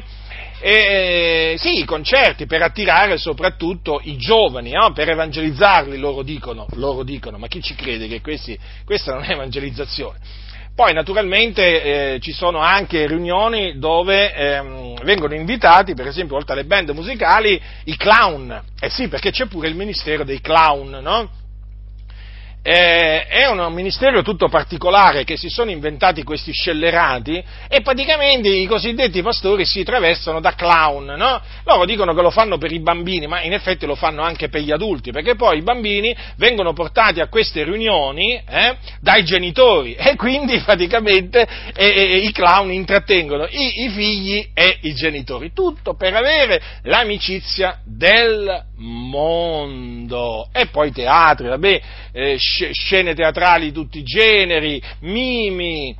sì, i concerti per attirare soprattutto i giovani, no? Per evangelizzarli, loro dicono, ma chi ci crede che questa non è evangelizzazione? Poi naturalmente ci sono anche riunioni dove vengono invitati, per esempio, oltre alle band musicali, i clown, sì, perché c'è pure il ministero dei clown, no? È un ministero tutto particolare che si sono inventati questi scellerati e praticamente i cosiddetti pastori si travestono da clown, no? Loro dicono che lo fanno per i bambini, ma in effetti lo fanno anche per gli adulti, perché poi i bambini vengono portati a queste riunioni dai genitori e quindi praticamente i clown intrattengono i figli e i genitori, tutto per avere l'amicizia del mondo. E poi teatri, vabbè, scene teatrali di tutti i generi, mimi,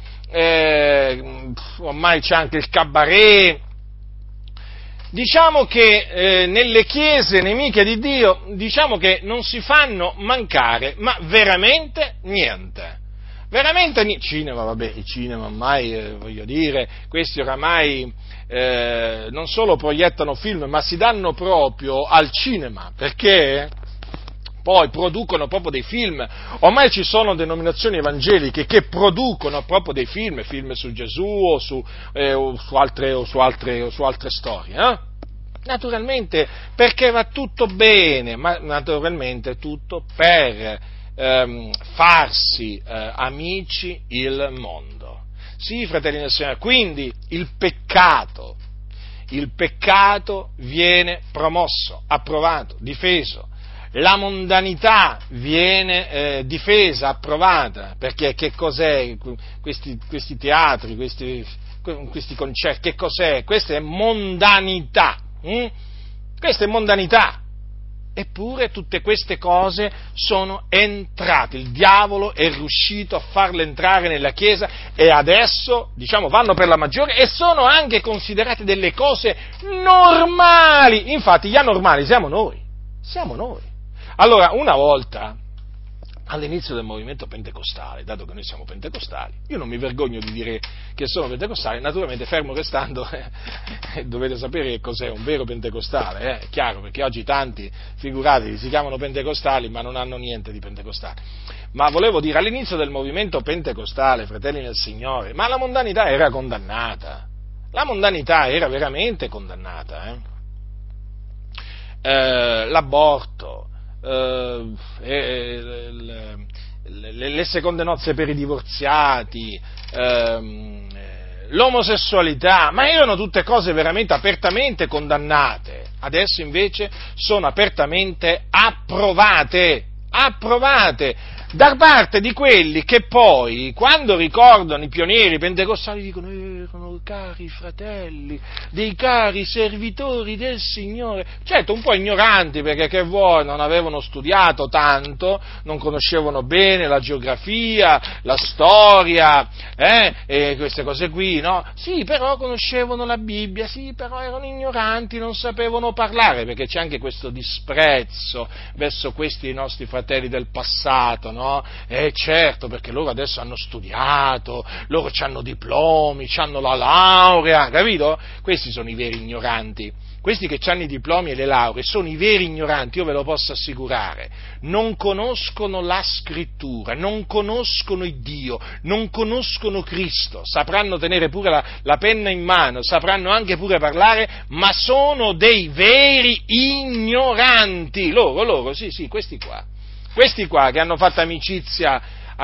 ormai c'è anche il cabaret. Diciamo che nelle chiese nemiche di Dio, diciamo che non si fanno mancare, ma veramente niente. Veramente niente. Cinema, vabbè, il cinema ormai, voglio dire, questi oramai non solo proiettano film, ma si danno proprio al cinema, perché poi producono proprio dei film. Ormai ci sono denominazioni evangeliche che producono proprio dei film su Gesù o su altre storie, Naturalmente, perché va tutto bene, ma naturalmente tutto per farsi amici il mondo. Sì, fratelli del Signore, quindi il peccato viene promosso, approvato, difeso. La mondanità viene difesa, approvata, perché che cos'è questi teatri, questi concerti, che cos'è? Questa è mondanità, questa è mondanità. Eppure tutte queste cose sono entrate, il diavolo è riuscito a farle entrare nella Chiesa e adesso, vanno per la maggiore e sono anche considerate delle cose normali. Infatti gli anormali siamo noi. Allora, una volta, all'inizio del movimento pentecostale, dato che noi siamo pentecostali, io non mi vergogno di dire che sono pentecostale, naturalmente fermo restando, dovete sapere che cos'è un vero pentecostale, è chiaro, perché oggi tanti, figuratevi, si chiamano pentecostali ma non hanno niente di pentecostale. Ma volevo dire, all'inizio del movimento pentecostale, fratelli del Signore, ma la mondanità era condannata, la mondanità era veramente condannata, l'aborto, le seconde nozze per i divorziati, l'omosessualità, ma erano tutte cose veramente apertamente condannate. Adesso invece sono apertamente approvate da parte di quelli che poi, quando ricordano i pionieri pentecostali, dicono erano cari fratelli, dei cari servitori del Signore. Certo, un po' ignoranti, perché che vuoi, non avevano studiato tanto, non conoscevano bene la geografia, la storia, e queste cose qui, no? Sì, però conoscevano la Bibbia, sì, però erano ignoranti, non sapevano parlare, perché c'è anche questo disprezzo verso questi nostri fratelli del passato, no? Certo, perché loro adesso hanno studiato, loro hanno diplomi, hanno la laurea, capito? Questi sono i veri ignoranti. Questi che hanno i diplomi e le lauree sono i veri ignoranti, io ve lo posso assicurare. Non conoscono la scrittura, non conoscono il Dio, non conoscono Cristo, sapranno tenere pure la penna in mano, sapranno anche pure parlare, ma sono dei veri ignoranti. Loro, sì, questi qua. questi qua che hanno fatto amicizia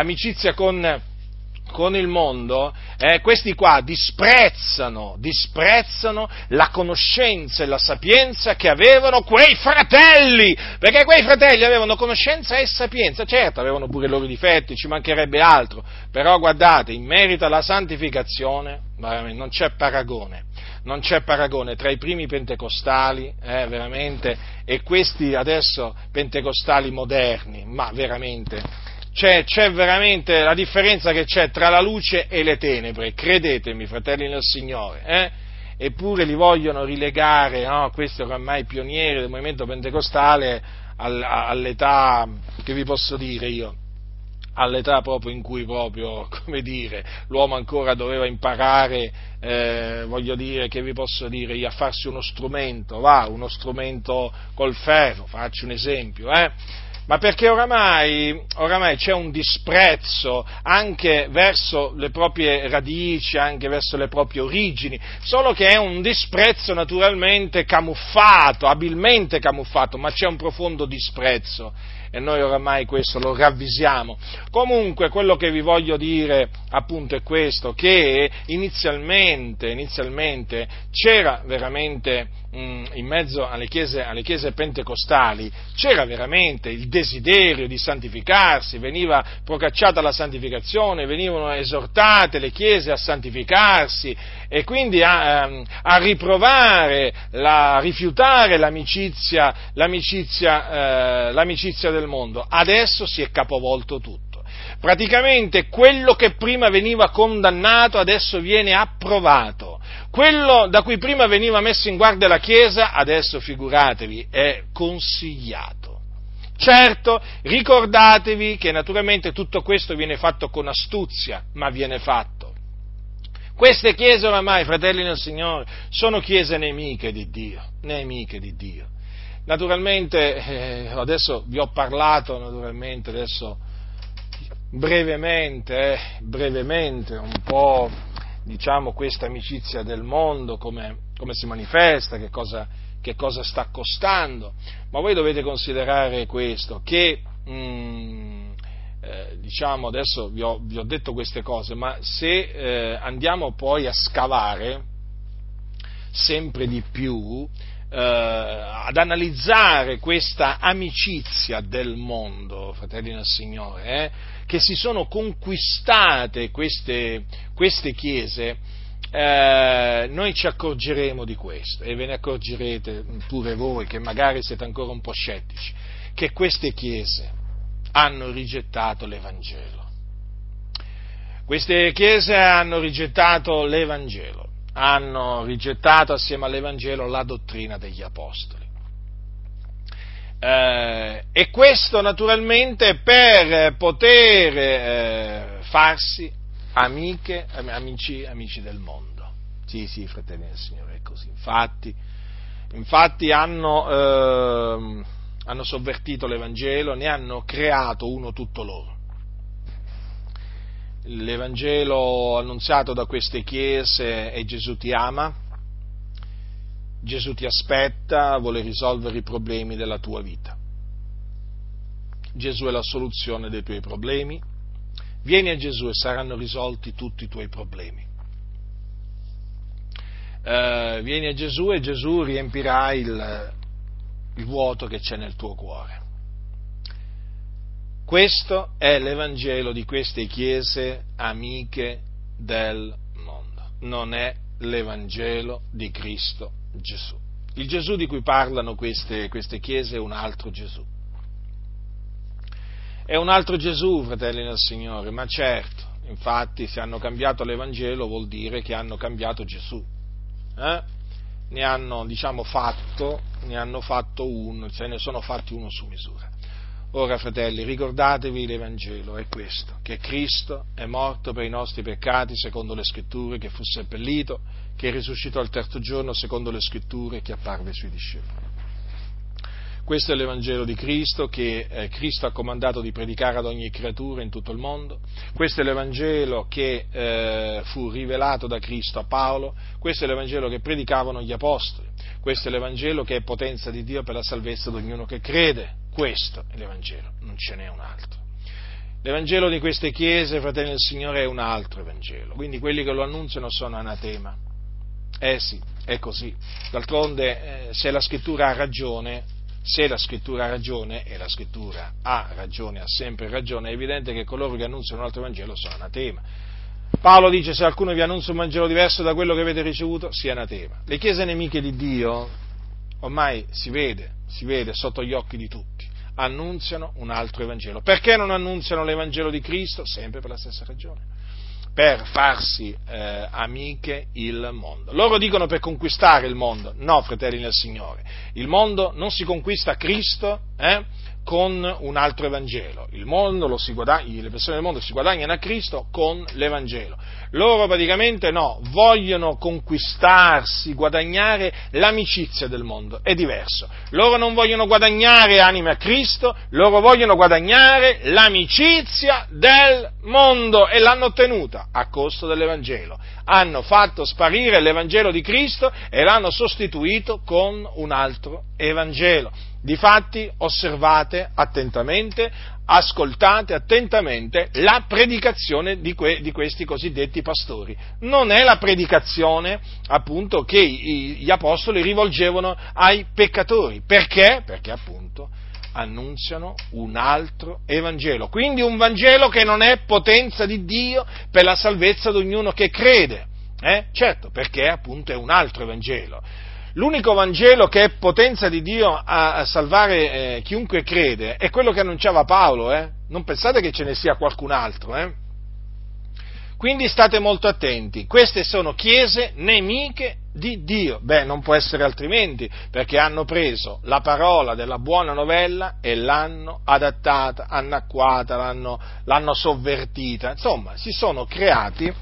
con il mondo, questi qua disprezzano la conoscenza e la sapienza che avevano quei fratelli, perché quei fratelli avevano conoscenza e sapienza, certo avevano pure i loro difetti, ci mancherebbe altro, però guardate, in merito alla santificazione, veramente, non c'è paragone tra i primi pentecostali, veramente, e questi adesso pentecostali moderni, ma veramente. C'è veramente la differenza che c'è tra la luce e le tenebre, credetemi, fratelli nel Signore, eppure li vogliono rilegare, no? Questi oramai pionieri del movimento pentecostale all'età, che vi posso dire io, all'età proprio in cui proprio, come dire, l'uomo ancora doveva imparare, voglio dire, che vi posso dire io, a farsi uno strumento col ferro, faccio un esempio, ma perché oramai c'è un disprezzo anche verso le proprie radici, anche verso le proprie origini, solo che è un disprezzo naturalmente camuffato, abilmente camuffato, ma c'è un profondo disprezzo e noi oramai questo lo ravvisiamo. Comunque quello che vi voglio dire appunto è questo, che inizialmente c'era veramente in mezzo alle chiese pentecostali c'era veramente il desiderio di santificarsi, veniva procacciata la santificazione, venivano esortate le chiese a santificarsi e quindi a rifiutare l'amicizia del mondo. Adesso si è capovolto tutto. Praticamente quello che prima veniva condannato adesso viene approvato. Quello da cui prima veniva messo in guardia la Chiesa, adesso figuratevi, è consigliato. Certo, ricordatevi che naturalmente tutto questo viene fatto con astuzia, ma viene fatto. Queste chiese oramai, fratelli nel Signore, sono chiese nemiche di Dio. Naturalmente, adesso vi ho parlato, adesso brevemente, un po', diciamo, questa amicizia del mondo, come si manifesta, che cosa sta costando, ma voi dovete considerare questo, che, diciamo, adesso vi ho detto queste cose, ma se andiamo poi a scavare sempre di più, ad analizzare questa amicizia del mondo, fratelli nel Signore, che si sono conquistate queste chiese, noi ci accorgeremo di questo, e ve ne accorgerete pure voi, che magari siete ancora un po' scettici, che queste chiese hanno rigettato l'Evangelo. Queste chiese hanno rigettato l'Evangelo. Hanno rigettato assieme all'Evangelo la dottrina degli Apostoli. E questo naturalmente per poter farsi amici del mondo. Sì, fratelli del Signore, è così. Infatti hanno sovvertito l'Evangelo, ne hanno creato uno tutto loro. L'Evangelo annunziato da queste chiese è: Gesù ti ama, Gesù ti aspetta, vuole risolvere i problemi della tua vita. Gesù è la soluzione dei tuoi problemi, vieni a Gesù e saranno risolti tutti i tuoi problemi. Vieni a Gesù e Gesù riempirà il vuoto che c'è nel tuo cuore. Questo è l'Evangelo di queste chiese amiche del mondo, non è l'Evangelo di Cristo Gesù. Il Gesù di cui parlano queste chiese è un altro Gesù. È un altro Gesù, fratelli nel Signore, ma certo, infatti se hanno cambiato l'Evangelo vuol dire che hanno cambiato Gesù. Ne hanno fatto uno, se ne sono fatti uno su misura. Ora, fratelli, ricordatevi l'Evangelo, è questo, che Cristo è morto per i nostri peccati secondo le Scritture, che fu seppellito, che risuscitò il terzo giorno secondo le Scritture, che apparve ai suoi discepoli. Questo è l'Evangelo di Cristo, che Cristo ha comandato di predicare ad ogni creatura in tutto il mondo. Questo è l'Evangelo che fu rivelato da Cristo a Paolo. Questo è l'Evangelo che predicavano gli Apostoli. Questo è l'Evangelo che è potenza di Dio per la salvezza di ognuno che crede. questo è l'Evangelo, non ce n'è un altro. L'Evangelo di queste chiese, fratelli del Signore, è un altro Evangelo, quindi quelli che lo annunziano sono anatema. Sì, è così. D'altronde, se la Scrittura ha ragione, e la Scrittura ha ragione, ha sempre ragione, è evidente che coloro che annunciano un altro Vangelo sono anatema. Paolo dice: se qualcuno vi annuncia un Vangelo diverso da quello che avete ricevuto, sia anatema. Le chiese nemiche di Dio, ormai si vede sotto gli occhi di tutti, annunziano un altro Evangelo. Perché non annunziano l'Evangelo di Cristo? Sempre per la stessa ragione, per farsi amiche il mondo. Loro dicono per conquistare il mondo. No, fratelli nel Signore, il mondo non si conquista a Cristo con un altro Evangelo. Le persone del mondo si guadagnano a Cristo con l'Evangelo. Loro praticamente vogliono guadagnare l'amicizia del mondo, è diverso. Loro non vogliono guadagnare anime a Cristo, loro vogliono guadagnare l'amicizia del mondo e l'hanno ottenuta a costo dell'Evangelo. Hanno fatto sparire l'Evangelo di Cristo e l'hanno sostituito con un altro Evangelo. Difatti, osservate attentamente, ascoltate attentamente la predicazione di questi cosiddetti pastori. Non è la predicazione, appunto, che gli apostoli rivolgevano ai peccatori. Perché? Perché, appunto, annunziano un altro Evangelo. Quindi un Vangelo che non è potenza di Dio per la salvezza di ognuno che crede. Certo, perché, appunto, è un altro Evangelo. L'unico Vangelo che è potenza di Dio a salvare chiunque crede è quello che annunciava Paolo, non pensate che ce ne sia qualcun altro, Quindi state molto attenti, queste sono chiese nemiche di Dio. Non può essere altrimenti, perché hanno preso la parola della buona novella e l'hanno adattata, annacquata, l'hanno sovvertita, insomma, si sono creati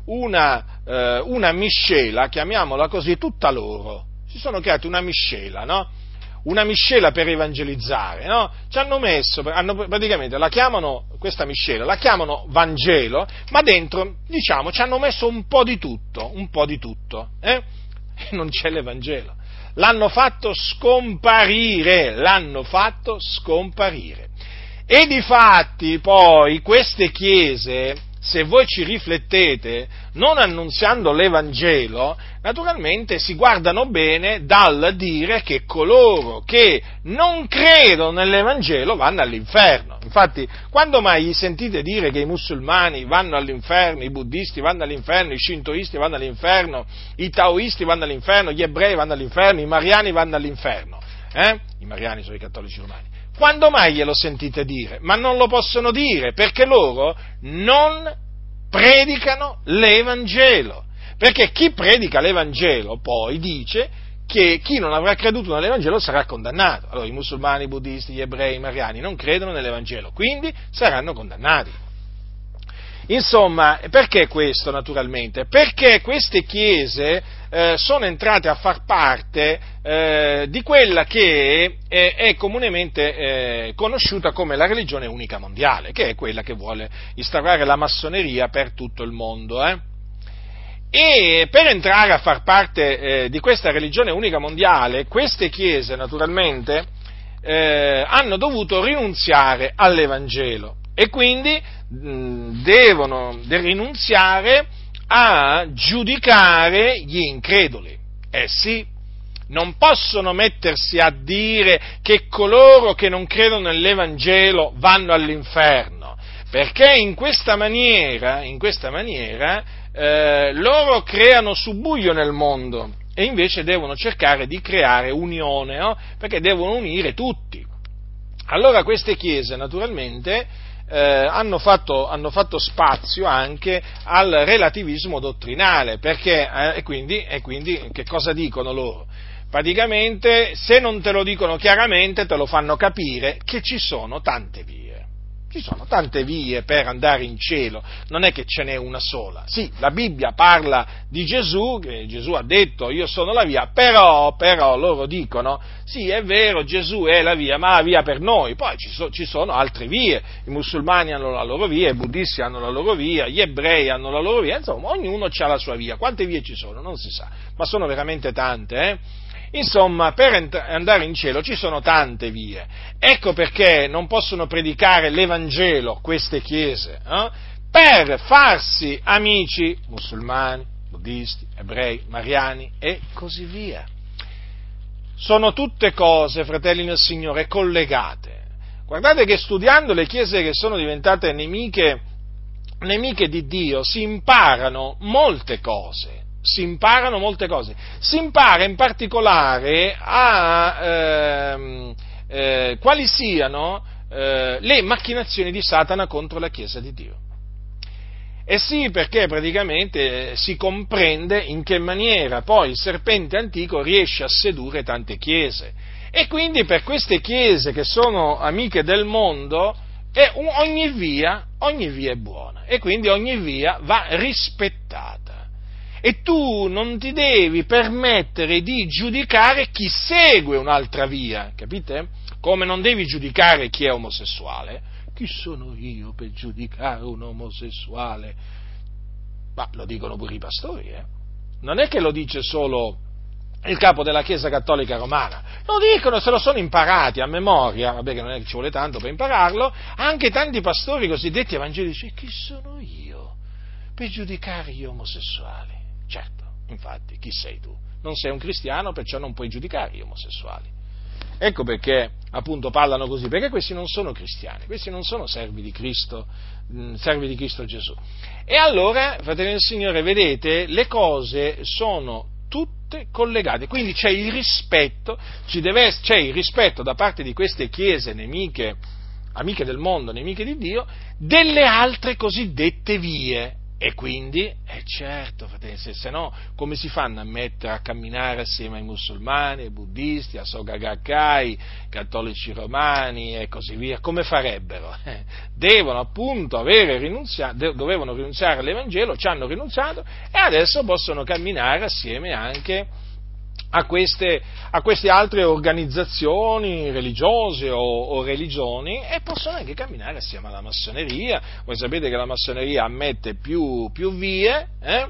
una miscela, chiamiamola così, tutta loro. Si sono creati una miscela, no? Una miscela per evangelizzare, no? Praticamente questa miscela la chiamano Vangelo, ma dentro, ci hanno messo un po' di tutto, e non c'è l'Evangelo. L'hanno fatto scomparire. E difatti poi queste chiese, se voi ci riflettete, non annunziando l'Evangelo, naturalmente si guardano bene dal dire che coloro che non credono nell'Evangelo vanno all'inferno. Infatti, quando mai gli sentite dire che i musulmani vanno all'inferno, i buddisti vanno all'inferno, i shintoisti vanno all'inferno, i taoisti vanno all'inferno, gli ebrei vanno all'inferno, i mariani vanno all'inferno? I mariani sono i cattolici romani. Quando mai glielo sentite dire? Ma non lo possono dire, perché loro non predicano l'Evangelo. Perché chi predica l'Evangelo poi dice che chi non avrà creduto nell'Evangelo sarà condannato. Allora i musulmani, i buddisti, gli ebrei, i mariani non credono nell'Evangelo, quindi saranno condannati. Insomma, perché questo naturalmente? Perché queste chiese sono entrate a far parte di quella che è comunemente conosciuta come la religione unica mondiale, che è quella che vuole instaurare la massoneria per tutto il mondo. E per entrare a far parte di questa religione unica mondiale, queste chiese naturalmente hanno dovuto rinunziare all'Evangelo e quindi devono rinunziare a giudicare gli increduli. Sì, non possono mettersi a dire che coloro che non credono nell'Evangelo vanno all'inferno, perché in questa maniera loro creano subbuglio nel mondo e invece devono cercare di creare unione, no? Perché devono unire tutti. Allora queste chiese naturalmente hanno fatto spazio anche al relativismo dottrinale, perché e quindi che cosa dicono loro? Praticamente, se non te lo dicono chiaramente, te lo fanno capire che ci sono tante vie. Ci sono tante vie per andare in cielo, non è che ce n'è una sola. Sì, la Bibbia parla di Gesù, che Gesù ha detto io sono la via, però loro dicono sì, è vero, Gesù è la via, ma la via per noi, poi ci sono altre vie, i musulmani hanno la loro via, i buddisti hanno la loro via, gli ebrei hanno la loro via, insomma ognuno ha la sua via. Quante vie ci sono? Non si sa, ma sono veramente tante, Insomma, per andare in cielo ci sono tante vie. Ecco perché non possono predicare l'Evangelo queste chiese, per farsi amici musulmani, buddisti, ebrei, mariani e così via. Sono tutte cose, fratelli nel Signore, collegate. Guardate che studiando le chiese che sono diventate nemiche di Dio si imparano molte cose. Si impara in particolare quali siano le macchinazioni di Satana contro la Chiesa di Dio. E sì, perché praticamente si comprende in che maniera poi il serpente antico riesce a sedurre tante chiese. E quindi per queste chiese che sono amiche del mondo, ogni via è buona, e quindi ogni via va rispettata. E tu non ti devi permettere di giudicare chi segue un'altra via, capite? Come non devi giudicare chi è omosessuale. Chi sono io per giudicare un omosessuale? Ma lo dicono pure i pastori, Non è che lo dice solo il capo della Chiesa Cattolica Romana, lo dicono, se lo sono imparati a memoria, vabbè che non è che ci vuole tanto per impararlo, anche tanti pastori cosiddetti evangelici. Chi sono io per giudicare gli omosessuali? Certo, infatti, chi sei tu? Non sei un cristiano, perciò non puoi giudicare gli omosessuali. Ecco perché appunto parlano così, perché questi non sono cristiani, questi non sono servi di Cristo Gesù. E allora, fratelli del Signore, vedete, le cose sono tutte collegate, quindi c'è il rispetto, c'è il rispetto da parte di queste chiese nemiche, amiche del mondo, nemiche di Dio, delle altre cosiddette vie. E quindi, certo, fratelli, se no, come si fanno a mettere a camminare assieme ai musulmani, ai buddisti, a Soga Gakkai, cattolici romani e così via? Come farebbero? Devono appunto dovevano rinunciare all'Evangelo, ci hanno rinunciato e adesso possono camminare assieme anche a queste altre organizzazioni religiose o religioni, e possono anche camminare assieme alla massoneria. Voi sapete che la massoneria ammette più vie,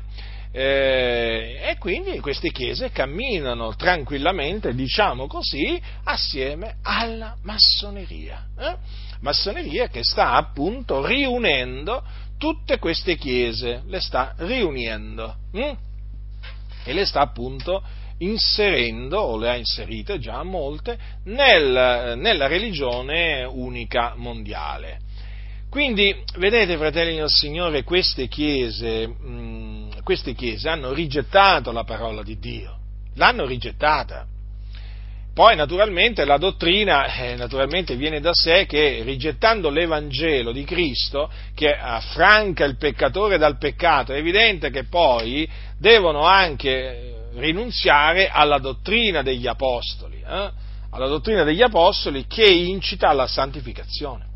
e quindi queste chiese camminano tranquillamente, diciamo così, assieme alla massoneria. Massoneria che sta appunto riunendo tutte queste chiese, le sta riunendo e le sta appunto inserendo, o le ha inserite già molte, nella religione unica mondiale. Quindi, vedete, fratelli del Signore, queste chiese hanno rigettato la parola di Dio, l'hanno rigettata. Poi, naturalmente, la dottrina, viene da sé che, rigettando l'Evangelo di Cristo, che affranca il peccatore dal peccato, è evidente che poi devono anche rinunziare alla dottrina degli apostoli, che incita alla santificazione.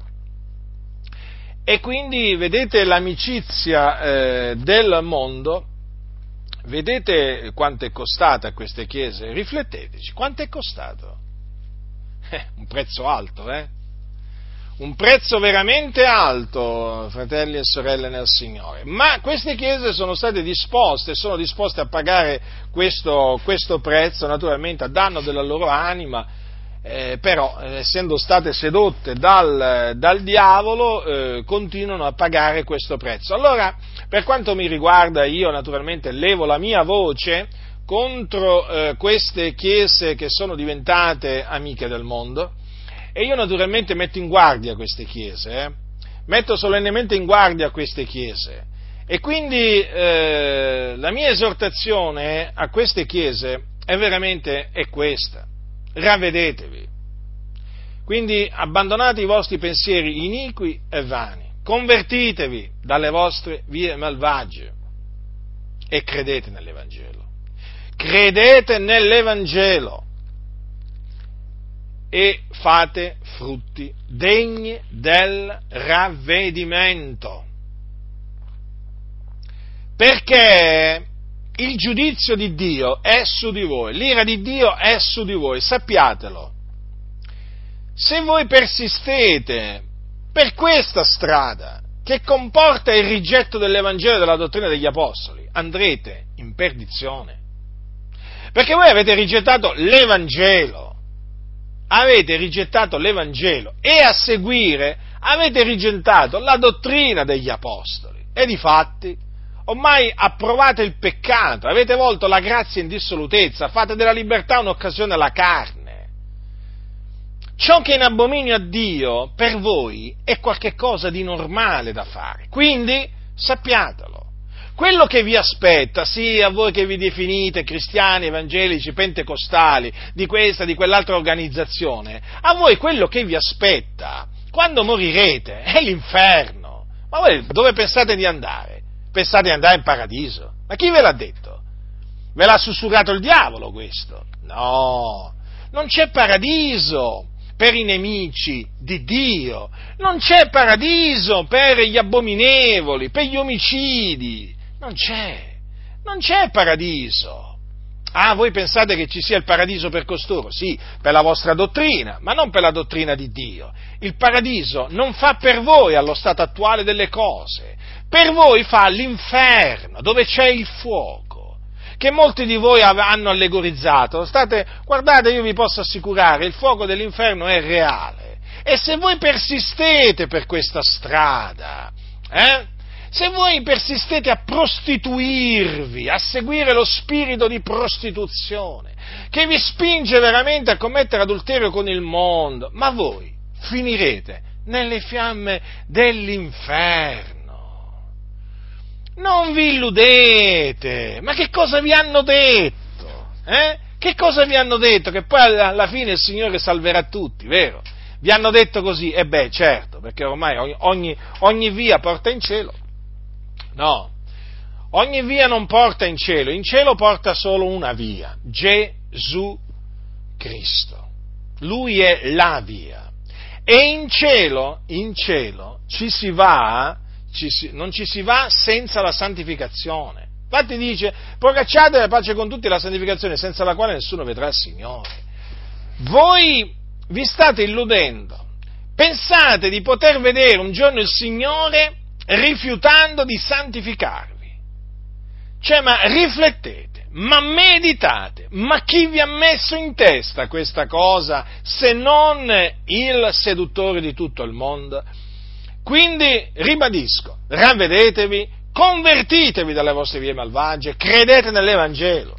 E quindi, vedete, l'amicizia del mondo, vedete quanto è costata a queste chiese? Rifletteteci, quanto è costato? Un prezzo alto, Un prezzo veramente alto, fratelli e sorelle nel Signore. Ma queste chiese sono disposte a pagare questo prezzo, naturalmente a danno della loro anima, però essendo state sedotte dal diavolo, continuano a pagare questo prezzo. Allora, per quanto mi riguarda, io naturalmente levo la mia voce contro queste chiese che sono diventate amiche del mondo, e io naturalmente metto in guardia queste chiese, metto solennemente in guardia queste chiese, e quindi la mia esortazione a queste chiese è questa: ravvedetevi, quindi abbandonate i vostri pensieri iniqui e vani, convertitevi dalle vostre vie malvagie e credete nell'Evangelo e fate frutti degni del ravvedimento, perché il giudizio di Dio è su di voi, l'ira di Dio è su di voi, sappiatelo. Se voi persistete per questa strada, che comporta il rigetto dell'Evangelo e della dottrina degli Apostoli, andrete in perdizione. Perché voi avete rigettato l'Evangelo e a seguire avete rigettato la dottrina degli apostoli e difatti ormai approvate il peccato, avete volto la grazia in dissolutezza, fate della libertà un'occasione alla carne. Ciò che è in abominio a Dio per voi è qualche cosa di normale da fare, quindi sappiatelo. Quello che vi aspetta, sì, a voi che vi definite cristiani, evangelici, pentecostali, di questa, di quell'altra organizzazione, a voi quello che vi aspetta, quando morirete, è l'inferno. Ma voi dove pensate di andare? Pensate di andare in paradiso? Ma chi ve l'ha detto? Ve l'ha sussurrato il diavolo questo? No, non c'è paradiso per i nemici di Dio, non c'è paradiso per gli abominevoli, per gli omicidi. Non c'è paradiso. Ah, voi pensate che ci sia il paradiso per costoro? Sì, per la vostra dottrina, ma non per la dottrina di Dio. Il paradiso non fa per voi allo stato attuale delle cose, per voi fa l'inferno, dove c'è il fuoco, che molti di voi hanno allegorizzato. Guardate, io vi posso assicurare, il fuoco dell'inferno è reale. E se voi persistete per questa strada, se voi persistete a prostituirvi, a seguire lo spirito di prostituzione, che vi spinge veramente a commettere adulterio con il mondo, ma voi finirete nelle fiamme dell'inferno. Non vi illudete, ma che cosa vi hanno detto? Che cosa vi hanno detto? Che poi alla fine il Signore salverà tutti, vero? Vi hanno detto così? Certo, perché ormai ogni via porta in cielo. No, ogni via non porta in cielo porta solo una via, Gesù Cristo. Lui è la via. E in cielo ci si va, non ci si va senza la santificazione. Infatti dice, procacciate la pace con tutti e la santificazione, senza la quale nessuno vedrà il Signore. Voi vi state illudendo, pensate di poter vedere un giorno il Signore rifiutando di santificarvi. Cioè, ma riflettete, ma meditate, ma chi vi ha messo in testa questa cosa se non il seduttore di tutto il mondo? Quindi, ribadisco, ravvedetevi, convertitevi dalle vostre vie malvagie, credete nell'Evangelo,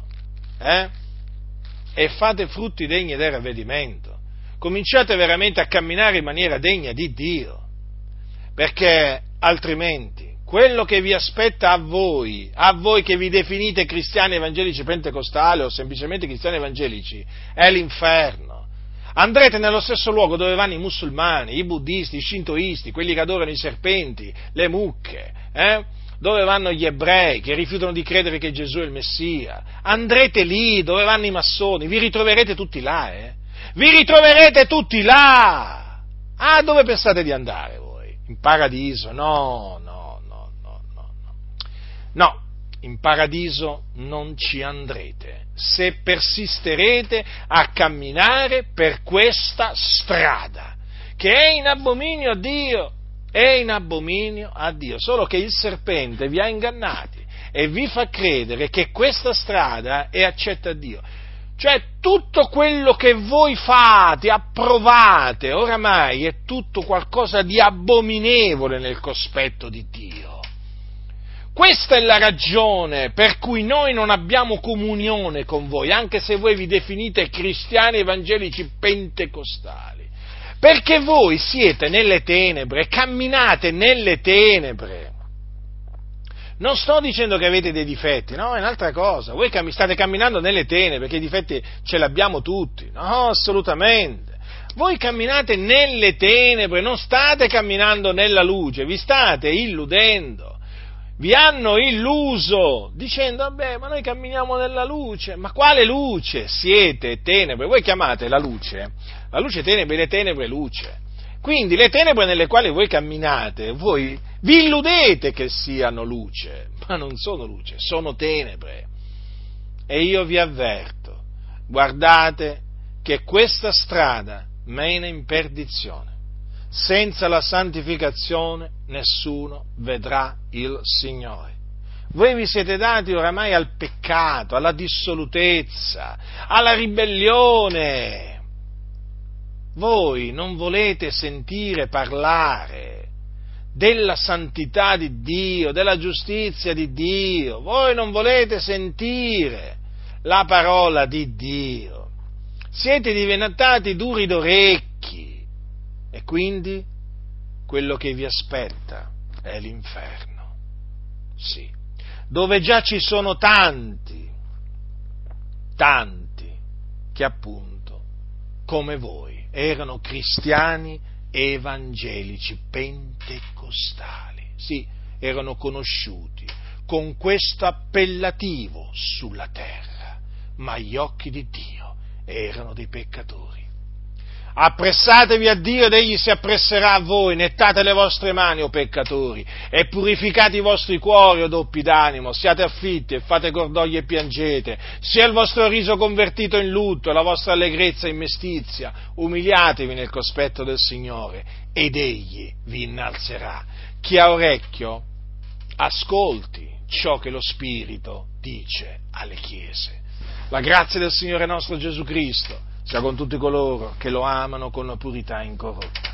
e fate frutti degni del ravvedimento. Cominciate veramente a camminare in maniera degna di Dio, perché altrimenti quello che vi aspetta a voi che vi definite cristiani evangelici pentecostali o semplicemente cristiani evangelici, è l'inferno. Andrete nello stesso luogo dove vanno i musulmani, i buddisti, i shintoisti, quelli che adorano i serpenti, le mucche, dove vanno gli ebrei che rifiutano di credere che Gesù è il Messia. Andrete lì dove vanno i massoni, vi ritroverete tutti là, Vi ritroverete tutti là! Ah, dove pensate di andare voi? In paradiso? No, in paradiso non ci andrete se persisterete a camminare per questa strada, che è in abominio a Dio, solo che il serpente vi ha ingannati e vi fa credere che questa strada è accetta a Dio. Cioè tutto quello che voi fate, approvate, oramai è tutto qualcosa di abominevole nel cospetto di Dio. Questa è la ragione per cui noi non abbiamo comunione con voi, anche se voi vi definite cristiani evangelici pentecostali, perché voi siete nelle tenebre, camminate nelle tenebre. Non sto dicendo che avete dei difetti, no, è un'altra cosa. Voi state camminando nelle tenebre, perché i difetti ce li abbiamo tutti. No, assolutamente. Voi camminate nelle tenebre, non state camminando nella luce, vi state illudendo. Vi hanno illuso, dicendo, vabbè, ma noi camminiamo nella luce. Ma quale luce? Siete tenebre. Voi chiamate la luce tenebre, le tenebre luce. Quindi le tenebre nelle quali voi camminate, voi vi illudete che siano luce, ma non sono luce, sono tenebre. E io vi avverto, guardate che questa strada mena in perdizione. Senza la santificazione nessuno vedrà il Signore. Voi vi siete dati oramai al peccato, alla dissolutezza, alla ribellione. Voi non volete sentire parlare della santità di Dio, della giustizia di Dio. Voi non volete sentire la parola di Dio. Siete diventati duri d'orecchi e quindi quello che vi aspetta è l'inferno. Sì, dove già ci sono tanti che appunto, come voi, erano cristiani evangelici pentecostali. Sì, erano conosciuti con questo appellativo sulla terra, ma agli occhi di Dio erano dei peccatori. Appressatevi a Dio ed Egli si appresserà a voi, nettate le vostre mani, o peccatori, e purificate i vostri cuori, o doppi d'animo, siate affitti e fate cordoglio e piangete, sia il vostro riso convertito in lutto e la vostra allegrezza in mestizia, umiliatevi nel cospetto del Signore, ed Egli vi innalzerà. Chi ha orecchio, ascolti ciò che lo Spirito dice alle chiese. La grazia del Signore nostro Gesù Cristo sia con tutti coloro che lo amano con la purità incorrotta.